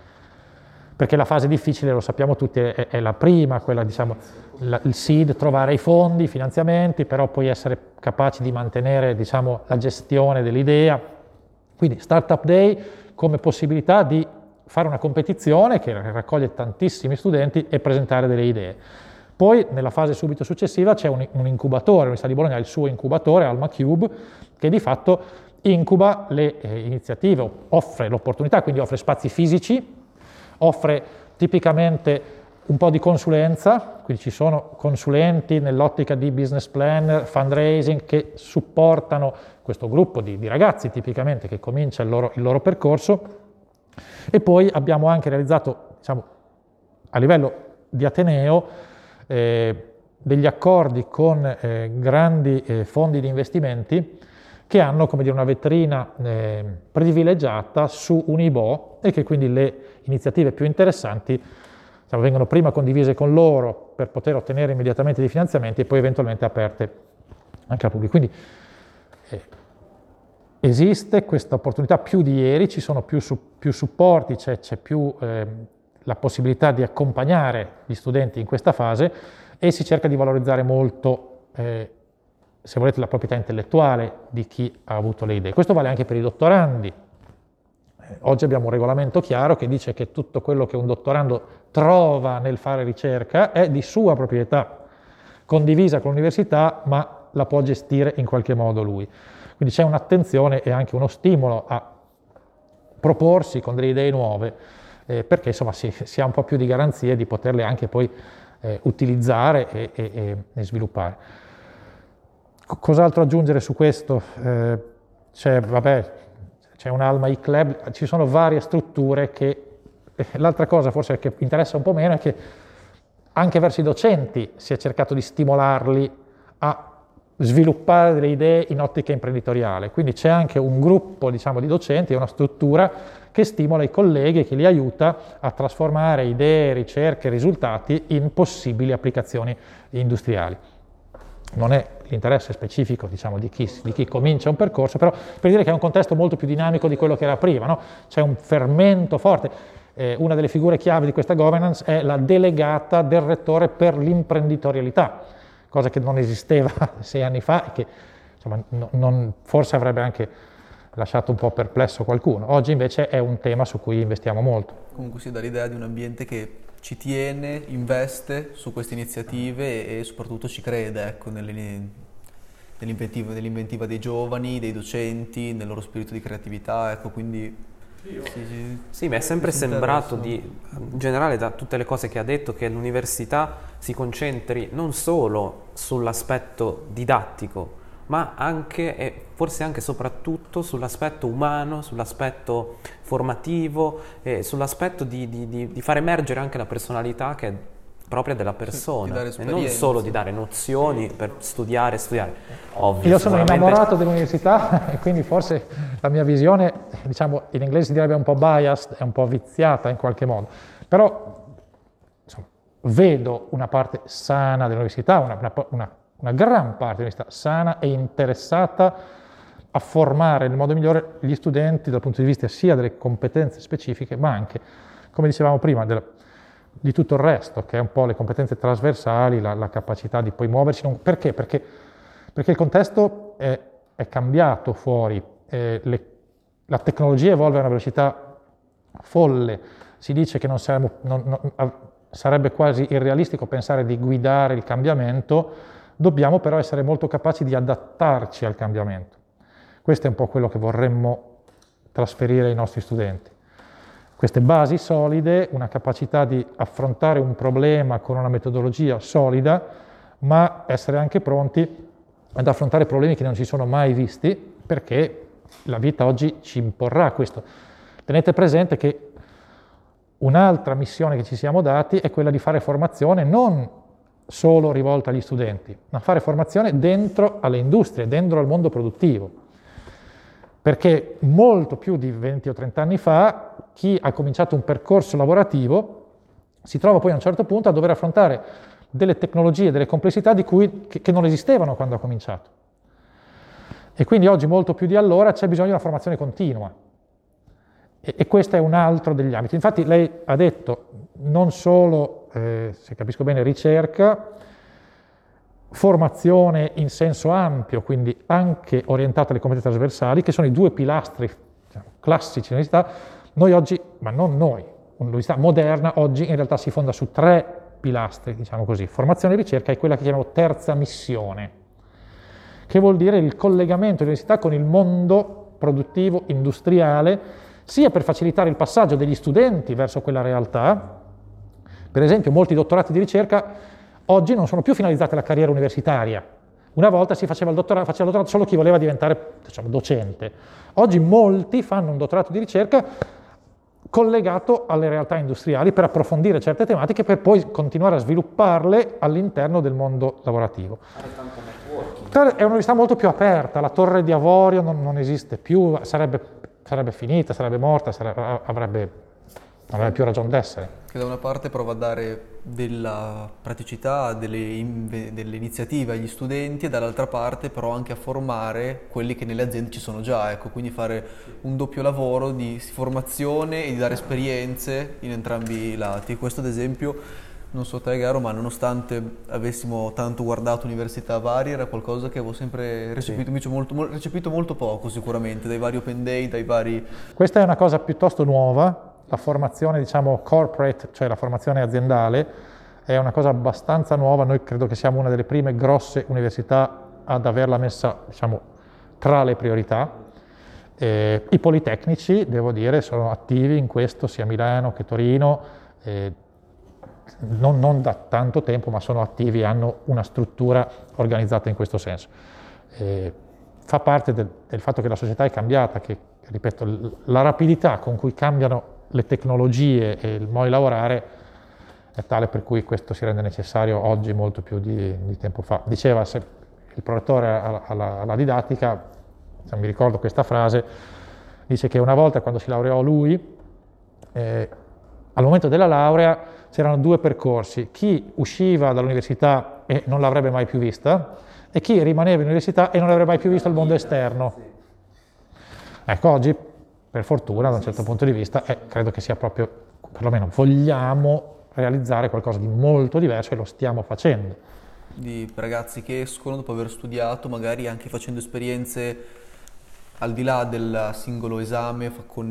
S2: perché la fase difficile, lo sappiamo tutti, è la prima, quella, diciamo, il seed, trovare i fondi, i finanziamenti, però poi essere capaci di mantenere, diciamo, la gestione dell'idea. Quindi Startup Day come possibilità di fare una competizione che raccoglie tantissimi studenti e presentare delle idee. Poi nella fase subito successiva c'è un incubatore, l'Università di Bologna ha il suo incubatore, Alma Cube, che di fatto incuba le iniziative, offre l'opportunità, quindi offre spazi fisici, offre tipicamente un po' di consulenza, quindi ci sono consulenti nell'ottica di business planner, fundraising, che supportano questo gruppo di ragazzi tipicamente che comincia il loro percorso. E poi abbiamo anche realizzato, diciamo, a livello di Ateneo degli accordi con grandi fondi di investimenti che hanno, come dire, una vetrina privilegiata su Unibo e che quindi le iniziative più interessanti, diciamo, vengono prima condivise con loro per poter ottenere immediatamente dei finanziamenti e poi eventualmente aperte anche al pubblico. Quindi esiste questa opportunità più di ieri, ci sono più supporti, c'è più la possibilità di accompagnare gli studenti in questa fase e si cerca di valorizzare molto, se volete, la proprietà intellettuale di chi ha avuto le idee. Questo vale anche per i dottorandi. Oggi abbiamo un regolamento chiaro che dice che tutto quello che un dottorando trova nel fare ricerca è di sua proprietà, condivisa con l'università, ma la può gestire in qualche modo lui. Quindi c'è un'attenzione e anche uno stimolo a proporsi con delle idee nuove, perché insomma si ha un po' più di garanzie di poterle anche poi utilizzare e sviluppare. Cos'altro aggiungere su questo? C'è un Alma eClub, ci sono varie strutture che... L'altra cosa forse che interessa un po' meno è che anche verso i docenti si è cercato di stimolarli a sviluppare delle idee in ottica imprenditoriale, quindi c'è anche un gruppo, diciamo, di docenti, una struttura che stimola i colleghi e che li aiuta a trasformare idee, ricerche, risultati in possibili applicazioni industriali. Non è l'interesse specifico, diciamo, di chi comincia un percorso, però per dire che è un contesto molto più dinamico di quello che era prima, no? C'è un fermento forte. Una delle figure chiave di questa governance è la delegata del rettore per l'imprenditorialità, cosa che non esisteva 6 anni fa e che, insomma, forse avrebbe anche lasciato un po' perplesso qualcuno. Oggi invece è un tema su cui investiamo molto.
S3: Comunque si dà l'idea di un ambiente che ci tiene, investe su queste iniziative e soprattutto ci crede, ecco, nell'inventiva dei giovani, dei docenti, nel loro spirito di creatività, ecco, quindi...
S1: Sì, mi è sempre sembrato in generale, da tutte le cose che ha detto, che l'università si concentri non solo sull'aspetto didattico, ma anche e forse anche soprattutto sull'aspetto umano, sull'aspetto formativo e sull'aspetto di far emergere anche la personalità, che propria della persona,
S3: dare
S1: e non solo di dare nozioni per studiare. Ovvio,
S2: Io sono innamorato dell'università e quindi forse la mia visione, diciamo, in inglese si direbbe un po' biased, è un po' viziata in qualche modo, però insomma, vedo una parte sana dell'università, una gran parte dell'università sana e interessata a formare nel modo migliore gli studenti dal punto di vista sia delle competenze specifiche, ma anche, come dicevamo prima, di tutto il resto, che è un po' le competenze trasversali, la capacità di poi muoversi. Perché? Perché il contesto è cambiato fuori, la tecnologia evolve a una velocità folle, si dice che sarebbe quasi irrealistico pensare di guidare il cambiamento, dobbiamo però essere molto capaci di adattarci al cambiamento. Questo è un po' quello che vorremmo trasferire ai nostri studenti. Queste basi solide, una capacità di affrontare un problema con una metodologia solida, ma essere anche pronti ad affrontare problemi che non si sono mai visti, perché la vita oggi ci imporrà questo. Tenete presente che un'altra missione che ci siamo dati è quella di fare formazione non solo rivolta agli studenti, ma fare formazione dentro alle industrie, dentro al mondo produttivo. Perché molto più di 20 o 30 anni fa chi ha cominciato un percorso lavorativo si trova poi a un certo punto a dover affrontare delle tecnologie, delle complessità che non esistevano quando ha cominciato. E quindi oggi molto più di allora c'è bisogno di una formazione continua. E questo è un altro degli ambiti. Infatti lei ha detto non solo, se capisco bene, ricerca, formazione in senso ampio, quindi anche orientata alle competenze trasversali, che sono i due pilastri, diciamo, classici dell'università. Noi oggi, ma non noi, l'università moderna oggi in realtà si fonda su 3 pilastri, diciamo così. Formazione e ricerca è quella che chiamiamo terza missione, che vuol dire il collegamento dell'università con il mondo produttivo, industriale, sia per facilitare il passaggio degli studenti verso quella realtà. Per esempio, molti dottorati di ricerca oggi non sono più finalizzati alla carriera universitaria. Una volta si faceva il dottorato solo chi voleva diventare, diciamo, docente. Oggi molti fanno un dottorato di ricerca collegato alle realtà industriali per approfondire certe tematiche per poi continuare a svilupparle all'interno del mondo lavorativo. È un'università molto più aperta, la Torre di Avorio non esiste più, sarebbe finita, sarebbe morta, avrebbe più ragione d'essere.
S3: Che da una parte prova a dare della praticità, delle iniziative agli studenti e dall'altra parte però anche a formare quelli che nelle aziende ci sono già, ecco, quindi fare un doppio lavoro di formazione e di dare esperienze in entrambi i lati. Questo ad esempio, non so te Garo, ma nonostante avessimo tanto guardato università varie, era qualcosa che avevo sempre recepito, recepito molto poco sicuramente, dai vari open day, dai vari...
S2: Questa è una cosa piuttosto nuova. La formazione, diciamo, corporate, cioè la formazione aziendale, è una cosa abbastanza nuova. Noi credo che siamo una delle prime grosse università ad averla messa, diciamo, tra le priorità. I politecnici, devo dire, sono attivi in questo, sia Milano che Torino, non da tanto tempo, ma sono attivi, hanno una struttura organizzata in questo senso. Fa parte del fatto che la società è cambiata, che, ripeto, la rapidità con cui cambiano le tecnologie e il modo di lavorare è tale per cui questo si rende necessario oggi molto più di tempo fa. Diceva il prorettore alla didattica, se mi ricordo questa frase, dice che una volta quando si laureò lui, al momento della laurea c'erano 2 percorsi: chi usciva dall'università e non l'avrebbe mai più vista e chi rimaneva in università e non avrebbe mai più visto il mondo esterno. Ecco, oggi per fortuna da un certo punto di vista credo che sia proprio, perlomeno vogliamo realizzare qualcosa di molto diverso e lo stiamo facendo.
S3: Di ragazzi che escono dopo aver studiato, magari anche facendo esperienze al di là del singolo esame, con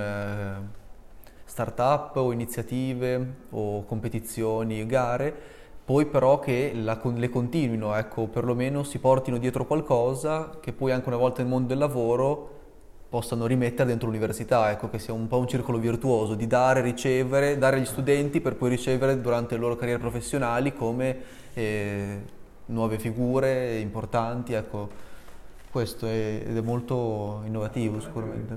S3: start-up o iniziative o competizioni, gare, poi però che le continuino, ecco, perlomeno si portino dietro qualcosa che poi anche una volta nel mondo del lavoro possano rimettere dentro l'università, ecco, che sia un po' un circolo virtuoso di dare, ricevere, dare agli studenti per poi ricevere durante le loro carriere professionali come nuove figure importanti, ecco, questo ed è molto innovativo sicuramente.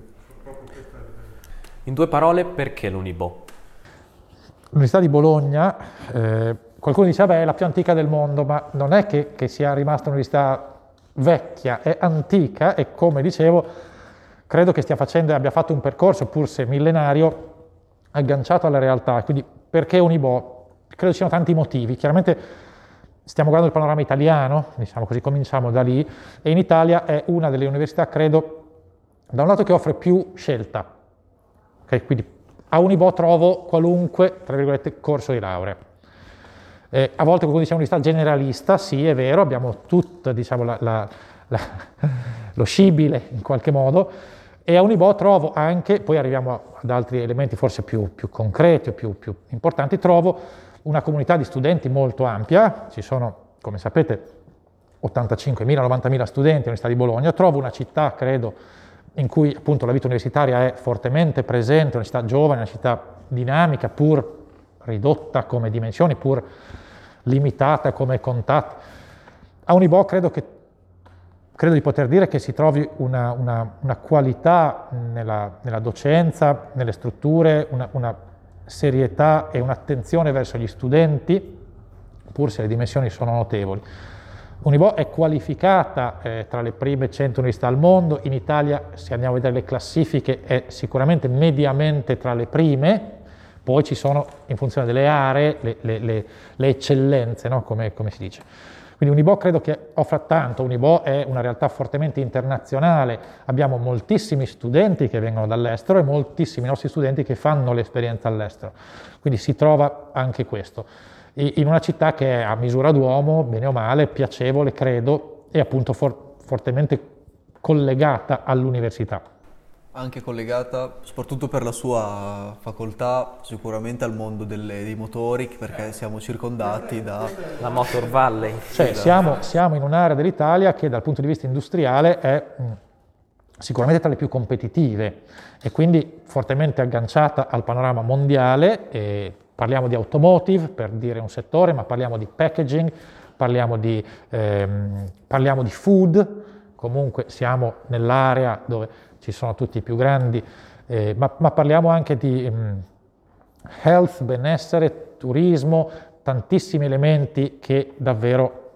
S1: In 2 parole, perché l'Unibo?
S2: L'Università di Bologna qualcuno dice, vabbè, è la più antica del mondo, ma non è che sia rimasta un'università vecchia, è antica e, come dicevo, credo che abbia fatto un percorso, pur se millenario, agganciato alla realtà. Quindi perché Unibo? Credo ci siano tanti motivi. Chiaramente stiamo guardando il panorama italiano, diciamo così, cominciamo da lì, e in Italia è una delle università, credo, da un lato che offre più scelta. Okay? Quindi a Unibo trovo qualunque, tra virgolette, corso di laurea. A volte qualcuno dice università generalista, sì, è vero, abbiamo tutto, diciamo, lo scibile in qualche modo, e a Unibo trovo anche, poi arriviamo ad altri elementi forse più concreti o più importanti, trovo una comunità di studenti molto ampia, ci sono, come sapete, 85.000, 90.000 studenti all'Università di Bologna, trovo una città, credo, in cui appunto la vita universitaria è fortemente presente, una città giovane, una città dinamica, pur ridotta come dimensioni, pur limitata come contatti. A Unibo credo di poter dire che si trovi una qualità nella docenza, nelle strutture, una serietà e un'attenzione verso gli studenti, pur se le dimensioni sono notevoli. Unibo è qualificata tra le prime 100 università al mondo, in Italia, se andiamo a vedere le classifiche, è sicuramente mediamente tra le prime. Poi ci sono, in funzione delle aree, le eccellenze, no? come si dice. Quindi Unibo credo che offra tanto. Unibo è una realtà fortemente internazionale, abbiamo moltissimi studenti che vengono dall'estero e moltissimi nostri studenti che fanno l'esperienza all'estero. Quindi si trova anche questo. In una città che è a misura d'uomo, bene o male, piacevole, credo, e appunto fortemente collegata all'università.
S3: Anche collegata, soprattutto per la sua facoltà, sicuramente al mondo dei motori, perché siamo circondati da...
S1: La Motor Valley.
S2: Cioè siamo in un'area dell'Italia che dal punto di vista industriale è sicuramente tra le più competitive e quindi fortemente agganciata al panorama mondiale. E parliamo di automotive, per dire un settore, ma parliamo di packaging, parliamo di food, comunque siamo nell'area dove ci sono tutti i più grandi, ma parliamo anche di health, benessere, turismo, tantissimi elementi che davvero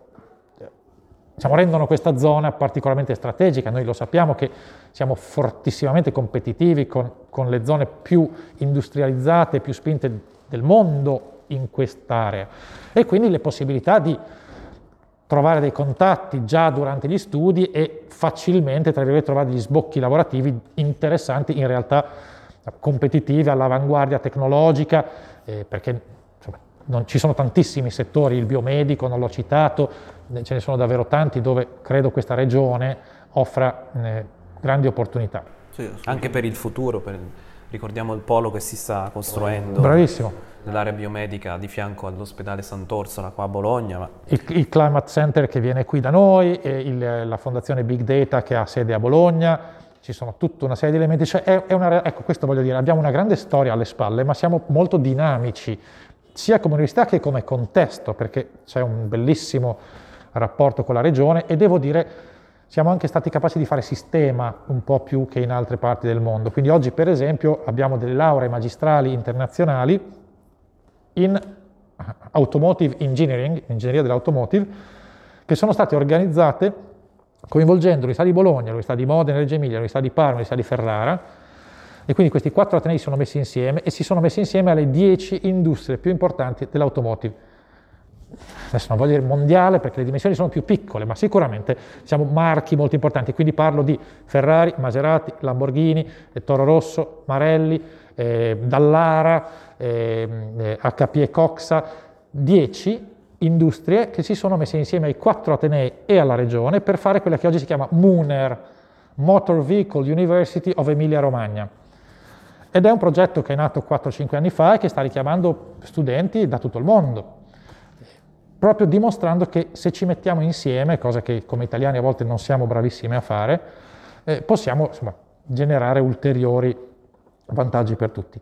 S2: rendono questa zona particolarmente strategica. Noi lo sappiamo che siamo fortissimamente competitivi con le zone più industrializzate, più spinte del mondo in quest'area, e quindi le possibilità di trovare dei contatti già durante gli studi e facilmente, tra virgolette, trovare degli sbocchi lavorativi interessanti, in realtà competitivi, all'avanguardia tecnologica, perché insomma, ci sono tantissimi settori, il biomedico non l'ho citato, ce ne sono davvero tanti dove credo questa regione offra grandi opportunità.
S3: Sì,
S1: anche per il futuro, ricordiamo il polo che si sta costruendo.
S2: Bravissimo.
S1: Nell'area biomedica di fianco all'ospedale Sant'Orsola qua a Bologna. Ma...
S2: Il Climate Center che viene qui da noi, la fondazione Big Data che ha sede a Bologna, ci sono tutta una serie di elementi, cioè ecco, questo voglio dire, abbiamo una grande storia alle spalle, ma siamo molto dinamici, sia come università che come contesto, perché c'è un bellissimo rapporto con la regione e devo dire siamo anche stati capaci di fare sistema un po' più che in altre parti del mondo. Quindi oggi, per esempio, abbiamo delle lauree magistrali internazionali in automotive engineering, ingegneria dell'automotive, che sono state organizzate coinvolgendo l'Università di Bologna, l'Università di Modena e Reggio Emilia, l'Università di Parma, l'Università di Ferrara, e quindi questi 4 atenei si sono messi insieme e si sono messi insieme alle 10 industrie più importanti dell'automotive. Adesso non voglio dire mondiale perché le dimensioni sono più piccole, ma sicuramente siamo marchi molto importanti, quindi parlo di Ferrari, Maserati, Lamborghini, Toro Rosso, Marelli, Dallara, HP e Coxa, 10 industrie che si sono messe insieme ai 4 atenei e alla regione per fare quella che oggi si chiama MUNER, Motor Vehicle University of Emilia Romagna. Ed è un progetto che è nato 4-5 anni fa e che sta richiamando studenti da tutto il mondo, proprio dimostrando che se ci mettiamo insieme, cosa che come italiani a volte non siamo bravissimi a fare, possiamo generare ulteriori vantaggi per tutti.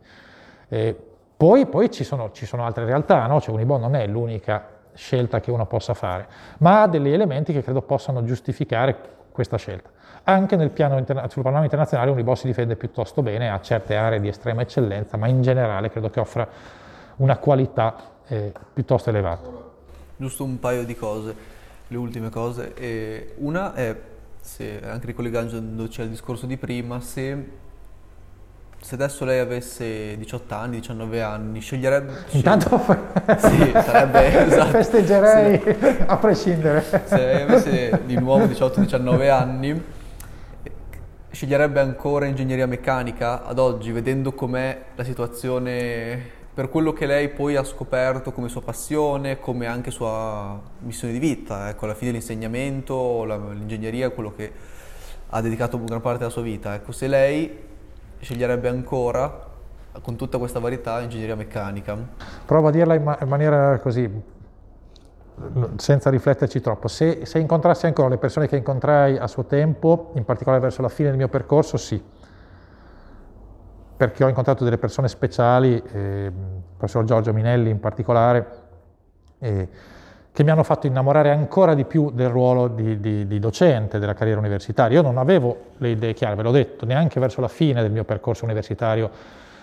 S2: Poi ci sono altre realtà, no? Cioè Unibo non è l'unica scelta che uno possa fare, ma ha degli elementi che credo possano giustificare questa scelta. Anche sul panorama internazionale Unibo si difende piuttosto bene, ha certe aree di estrema eccellenza, ma in generale credo che offra una qualità piuttosto elevata.
S3: Giusto un paio di cose, le ultime cose. Una è, anche ricollegandoci al discorso di prima, se adesso lei avesse 18 anni, 19 anni, sceglierebbe...
S2: Intanto
S3: Sì, sarebbe... Esatto.
S2: Festeggerei a prescindere.
S3: Se lei avesse di nuovo 18-19 anni, sceglierebbe ancora ingegneria meccanica ad oggi, vedendo com'è la situazione, per quello che lei poi ha scoperto come sua passione, come anche sua missione di vita. Ecco, alla fine l'insegnamento, l'ingegneria è quello che ha dedicato gran parte della sua vita. Ecco, se lei sceglierebbe ancora, con tutta questa varietà, ingegneria meccanica.
S2: Provo a dirla in maniera così, senza rifletterci troppo. Se incontrassi ancora le persone che incontrai a suo tempo, in particolare verso la fine del mio percorso, sì. Perché ho incontrato delle persone speciali, il professor Giorgio Minelli in particolare, che mi hanno fatto innamorare ancora di più del ruolo di docente della carriera universitaria. Io non avevo le idee chiare, ve l'ho detto, neanche verso la fine del mio percorso universitario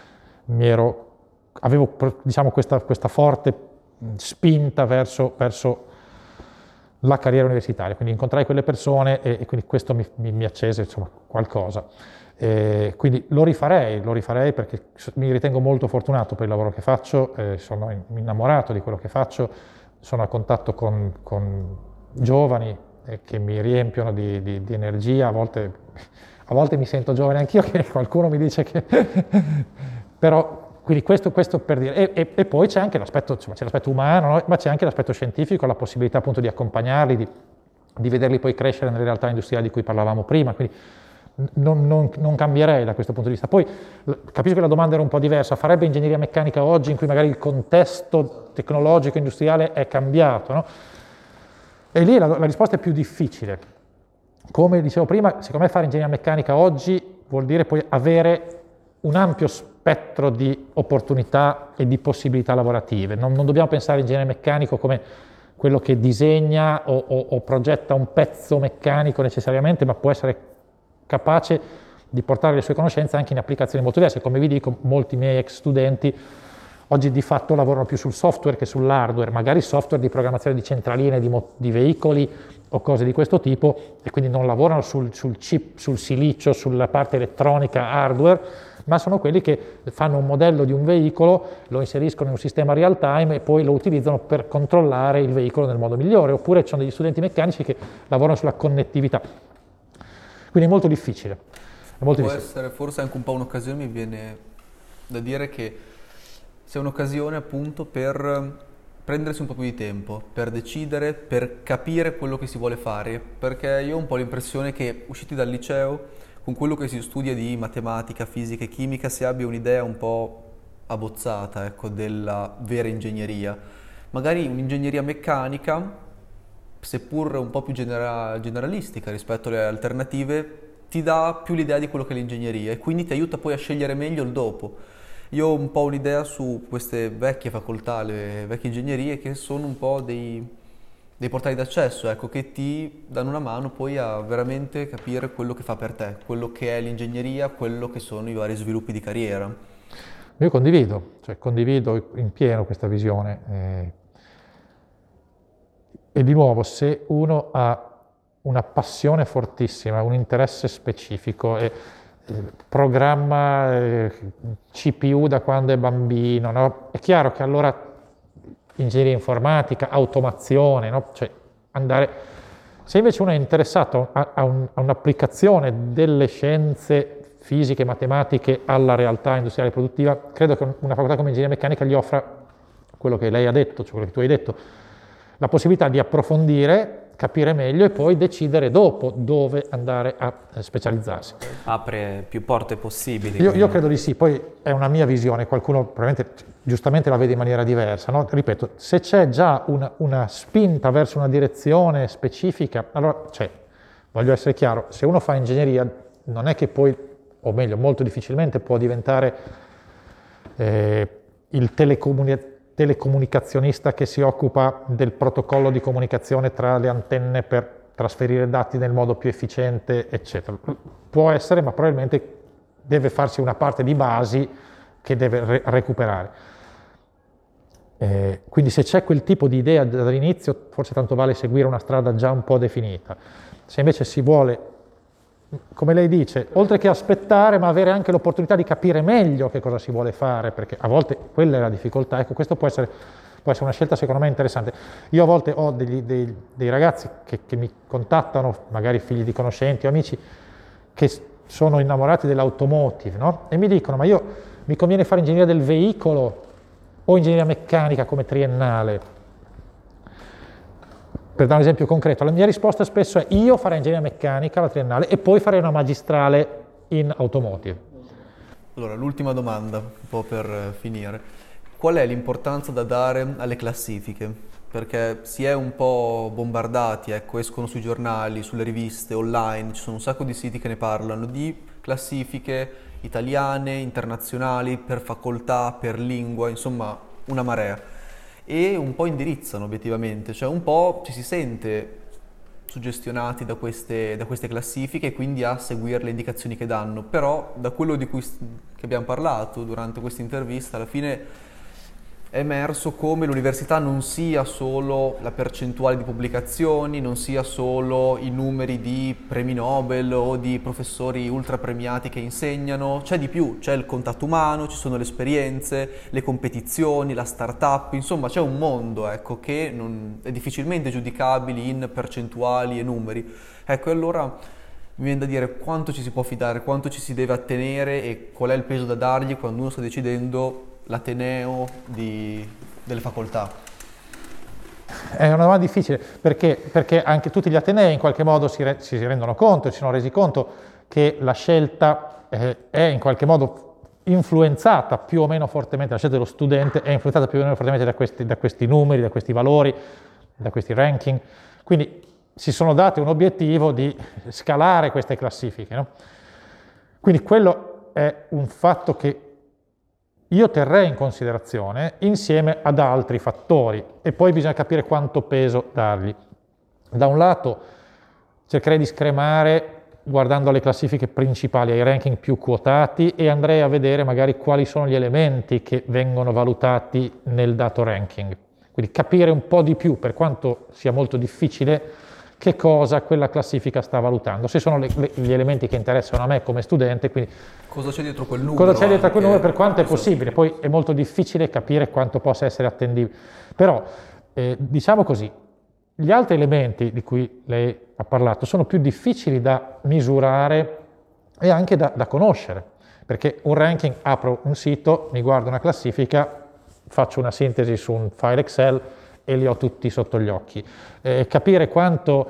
S2: avevo diciamo, questa forte spinta verso la carriera universitaria, quindi incontrai quelle persone e quindi questo mi accese insomma, qualcosa. Quindi lo rifarei perché mi ritengo molto fortunato per il lavoro che faccio, sono innamorato di quello che faccio, sono a contatto con giovani che mi riempiono di energia, a volte mi sento giovane anch'io, che qualcuno mi dice che... però quindi questo per dire, e poi c'è anche l'aspetto, insomma, c'è l'aspetto umano, no? Ma c'è anche l'aspetto scientifico, la possibilità appunto di accompagnarli, di vederli poi crescere nelle realtà industriali di cui parlavamo prima, quindi non cambierei da questo punto di vista. Poi capisco che la domanda era un po' diversa, farebbe ingegneria meccanica oggi in cui magari il contesto tecnologico industriale è cambiato, no? E lì la risposta è più difficile. Come dicevo prima, secondo me fare ingegneria meccanica oggi vuol dire poi avere un ampio spettro di opportunità e di possibilità lavorative. Non dobbiamo pensare all'ingegnere meccanico come quello che disegna o progetta un pezzo meccanico necessariamente, ma può essere capace di portare le sue conoscenze anche in applicazioni molto diverse. Come vi dico, molti miei ex studenti oggi di fatto lavorano più sul software che sull'hardware, magari software di programmazione di centraline, di veicoli o cose di questo tipo, e quindi non lavorano sul chip, sul silicio, sulla parte elettronica hardware, ma sono quelli che fanno un modello di un veicolo, lo inseriscono in un sistema real time e poi lo utilizzano per controllare il veicolo nel modo migliore, oppure ci sono degli studenti meccanici che lavorano sulla connettività. Quindi è molto difficile.
S3: Può essere forse anche un po' un'occasione, mi viene da dire che sia un'occasione appunto per prendersi un po' più di tempo, per decidere, per capire quello che si vuole fare, perché io ho un po' l'impressione che usciti dal liceo, con quello che si studia di matematica, fisica e chimica, si abbia un'idea un po' abbozzata, ecco, della vera ingegneria. Magari un'ingegneria meccanica, seppur un po' più generalistica rispetto alle alternative, ti dà più l'idea di quello che è l'ingegneria e quindi ti aiuta poi a scegliere meglio il dopo. Io ho un po' un'idea su queste vecchie facoltà, le vecchie ingegnerie, che sono un po' dei portali d'accesso, ecco, che ti danno una mano poi a veramente capire quello che fa per te, quello che è l'ingegneria, quello che sono i vari sviluppi di carriera.
S2: Io condivido in pieno questa visione. E di nuovo, se uno ha una passione fortissima, un interesse specifico e programma CPU da quando è bambino, no? È chiaro che allora ingegneria informatica, automazione, no? Cioè se invece uno è interessato a un'applicazione delle scienze fisiche e matematiche alla realtà industriale produttiva, credo che una facoltà come ingegneria meccanica gli offra quello che lei ha detto, cioè quello che tu hai detto, la possibilità di approfondire, capire meglio e poi decidere dopo dove andare a specializzarsi.
S1: Apre più porte possibili.
S2: Io credo di sì, poi è una mia visione, qualcuno probabilmente giustamente la vede in maniera diversa, no? Ripeto, se c'è già una spinta verso una direzione specifica, allora voglio essere chiaro, se uno fa ingegneria non è che poi, o meglio, molto difficilmente può diventare il telecomunicazionista che si occupa del protocollo di comunicazione tra le antenne per trasferire dati nel modo più efficiente, eccetera. Può essere, ma probabilmente deve farsi una parte di basi che deve recuperare. Quindi se c'è quel tipo di idea dall'inizio, forse tanto vale seguire una strada già un po' definita. Se invece si vuole, come lei dice, oltre che aspettare, ma avere anche l'opportunità di capire meglio che cosa si vuole fare, perché a volte quella è la difficoltà, ecco, questo può essere una scelta secondo me interessante. Io a volte ho dei ragazzi che mi contattano, magari figli di conoscenti o amici, che sono innamorati dell'automotive, no? E mi dicono, ma mi conviene fare ingegneria del veicolo o ingegneria meccanica come triennale? Per dare un esempio concreto, la mia risposta spesso è: io farei ingegneria meccanica, la triennale, e poi farei una magistrale in automotive.
S3: Allora, l'ultima domanda, un po' per finire. Qual è l'importanza da dare alle classifiche? Perché si è un po' bombardati, ecco, escono sui giornali, sulle riviste, online, ci sono un sacco di siti che ne parlano di classifiche italiane, internazionali, per facoltà, per lingua, insomma una marea. E un po' indirizzano obiettivamente, cioè un po' ci si sente suggestionati da queste classifiche e quindi a seguire le indicazioni che danno, però da quello che abbiamo parlato durante questa intervista alla fine è emerso come l'università non sia solo la percentuale di pubblicazioni, non sia solo i numeri di premi Nobel o di professori ultra premiati che insegnano, c'è di più, c'è il contatto umano, ci sono le esperienze, le competizioni, la start-up, insomma c'è un mondo, ecco, che è difficilmente giudicabile in percentuali e numeri. Ecco, allora mi viene da dire quanto ci si può fidare, quanto ci si deve attenere e qual è il peso da dargli quando uno sta decidendo l'ateneo delle facoltà.
S2: È una domanda difficile perché anche tutti gli atenei in qualche modo si rendono conto, si sono resi conto che la scelta è in qualche modo influenzata più o meno fortemente, la scelta dello studente è influenzata più o meno fortemente da questi numeri, da questi valori, da questi ranking. Quindi si sono dati un obiettivo di scalare queste classifiche, no? Quindi quello è un fatto che io terrei in considerazione insieme ad altri fattori e poi bisogna capire quanto peso dargli. Da un lato cercherei di scremare guardando alle classifiche principali, ai ranking più quotati, e andrei a vedere magari quali sono gli elementi che vengono valutati nel dato ranking. Quindi capire un po' di più, per quanto sia molto difficile, che cosa quella classifica sta valutando, se sono gli elementi che interessano a me come studente, quindi
S3: cosa c'è dietro quel numero,
S2: cosa c'è dietro quel numero, per quanto è possibile. Poi è molto difficile capire quanto possa essere attendibile, però diciamo così, gli altri elementi di cui lei ha parlato sono più difficili da misurare e anche da conoscere, perché un ranking, apro un sito, mi guardo una classifica, faccio una sintesi su un file Excel e li ho tutti sotto gli occhi. Capire quanto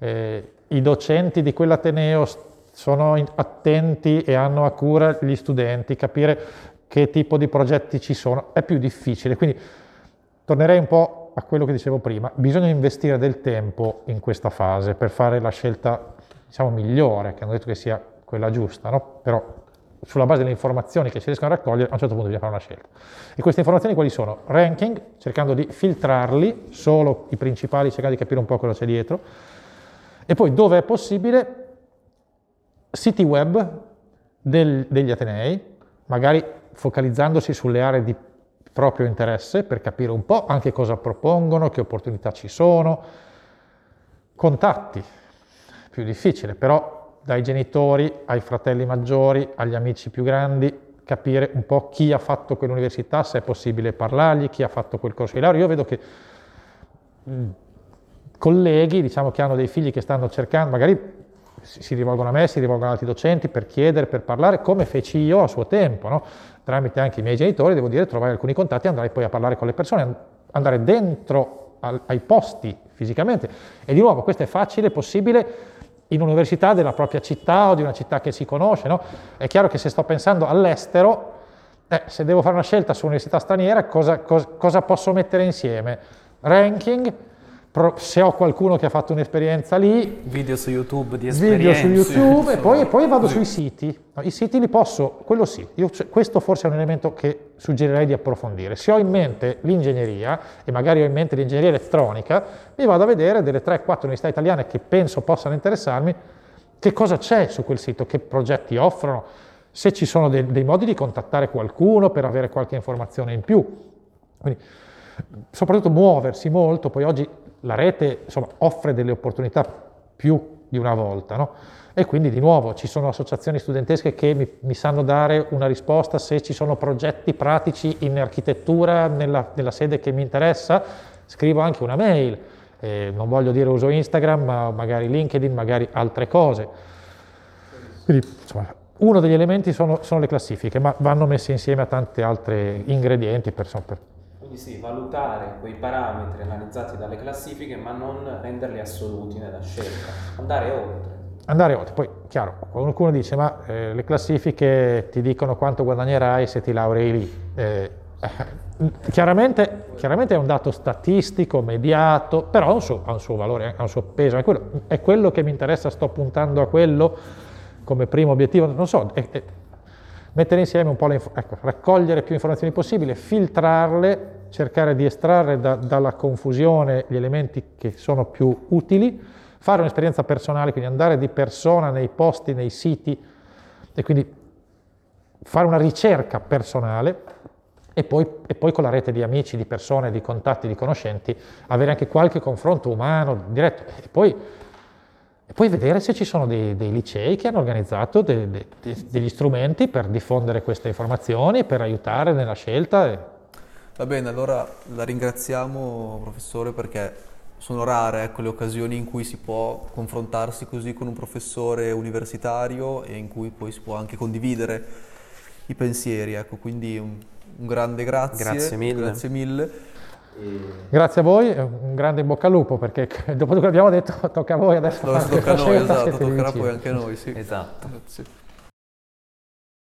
S2: i docenti di quell'ateneo sono attenti e hanno a cura gli studenti, capire che tipo di progetti ci sono, è più difficile. Quindi tornerei un po' a quello che dicevo prima, bisogna investire del tempo in questa fase per fare la scelta, diciamo, migliore, che hanno detto che sia quella giusta, no? Però sulla base delle informazioni che si riescono a raccogliere, a un certo punto bisogna fare una scelta. E queste informazioni quali sono? Ranking, cercando di filtrarli, solo i principali, cercando di capire un po' cosa c'è dietro, e poi, dove è possibile, siti web degli atenei, magari focalizzandosi sulle aree di proprio interesse, per capire un po' anche cosa propongono, che opportunità ci sono, contatti, più difficile, però dai genitori ai fratelli maggiori, agli amici più grandi, capire un po' chi ha fatto quell'università, se è possibile parlargli, chi ha fatto quel corso di laurea. Io vedo che colleghi, diciamo, che hanno dei figli che stanno cercando, magari si rivolgono a me, si rivolgono ad altri docenti per chiedere, per parlare, come feci io a suo tempo, no? Tramite anche i miei genitori, devo dire, trovai alcuni contatti e andrai poi a parlare con le persone, andare dentro ai posti fisicamente. E di nuovo, questo è facile, possibile in un'università della propria città o di una città che si conosce, no? È chiaro che se sto pensando all'estero, se devo fare una scelta su un'università straniera, cosa posso mettere insieme? Ranking, se ho qualcuno che ha fatto un'esperienza lì,
S1: video su YouTube di esperienze,
S2: video su YouTube, e poi vado sui siti. No, i siti li posso, quello sì, questo forse è un elemento che suggerirei di approfondire. Se ho in mente l'ingegneria, e magari ho in mente l'ingegneria elettronica, mi vado a vedere delle 3-4 università italiane che penso possano interessarmi, che cosa c'è su quel sito, che progetti offrono, se ci sono dei modi di contattare qualcuno per avere qualche informazione in più. Quindi soprattutto muoversi molto. Poi oggi la rete insomma, offre delle opportunità più di una volta, no? E quindi di nuovo ci sono associazioni studentesche che mi sanno dare una risposta se ci sono progetti pratici in architettura nella sede che mi interessa, scrivo anche una mail, non voglio dire uso Instagram, ma magari LinkedIn, magari altre cose. Quindi insomma, uno degli elementi sono le classifiche, ma vanno messi insieme a tanti altri ingredienti
S1: Quindi sì, valutare quei parametri analizzati dalle classifiche, ma non renderli assoluti nella scelta, andare oltre.
S2: Andare oltre. Poi, chiaro, qualcuno dice, ma le classifiche ti dicono quanto guadagnerai se ti laurei lì. Chiaramente è un dato statistico, mediato, però ha un suo valore, ha un suo peso. È quello che mi interessa, sto puntando a quello come primo obiettivo, non so, mettere insieme un po' raccogliere più informazioni possibile, filtrarle, cercare di estrarre dalla confusione gli elementi che sono più utili, fare un'esperienza personale, quindi andare di persona nei posti, nei siti e quindi fare una ricerca personale e poi con la rete di amici, di persone, di contatti, di conoscenti, avere anche qualche confronto umano, diretto e poi vedere se ci sono dei licei che hanno organizzato degli strumenti per diffondere queste informazioni, per aiutare nella scelta.
S3: Va bene, allora la ringraziamo professore perché sono rare, ecco, le occasioni in cui si può confrontarsi così con un professore universitario e in cui poi si può anche condividere i pensieri, ecco, quindi un grande grazie.
S1: Grazie mille.
S3: Grazie mille.
S2: Grazie a voi, un grande in bocca al lupo perché dopo quello che abbiamo detto tocca a voi adesso.
S3: Tocca a noi, esatto, toccherà poi anche a noi, sì.
S1: Esatto.
S3: Grazie.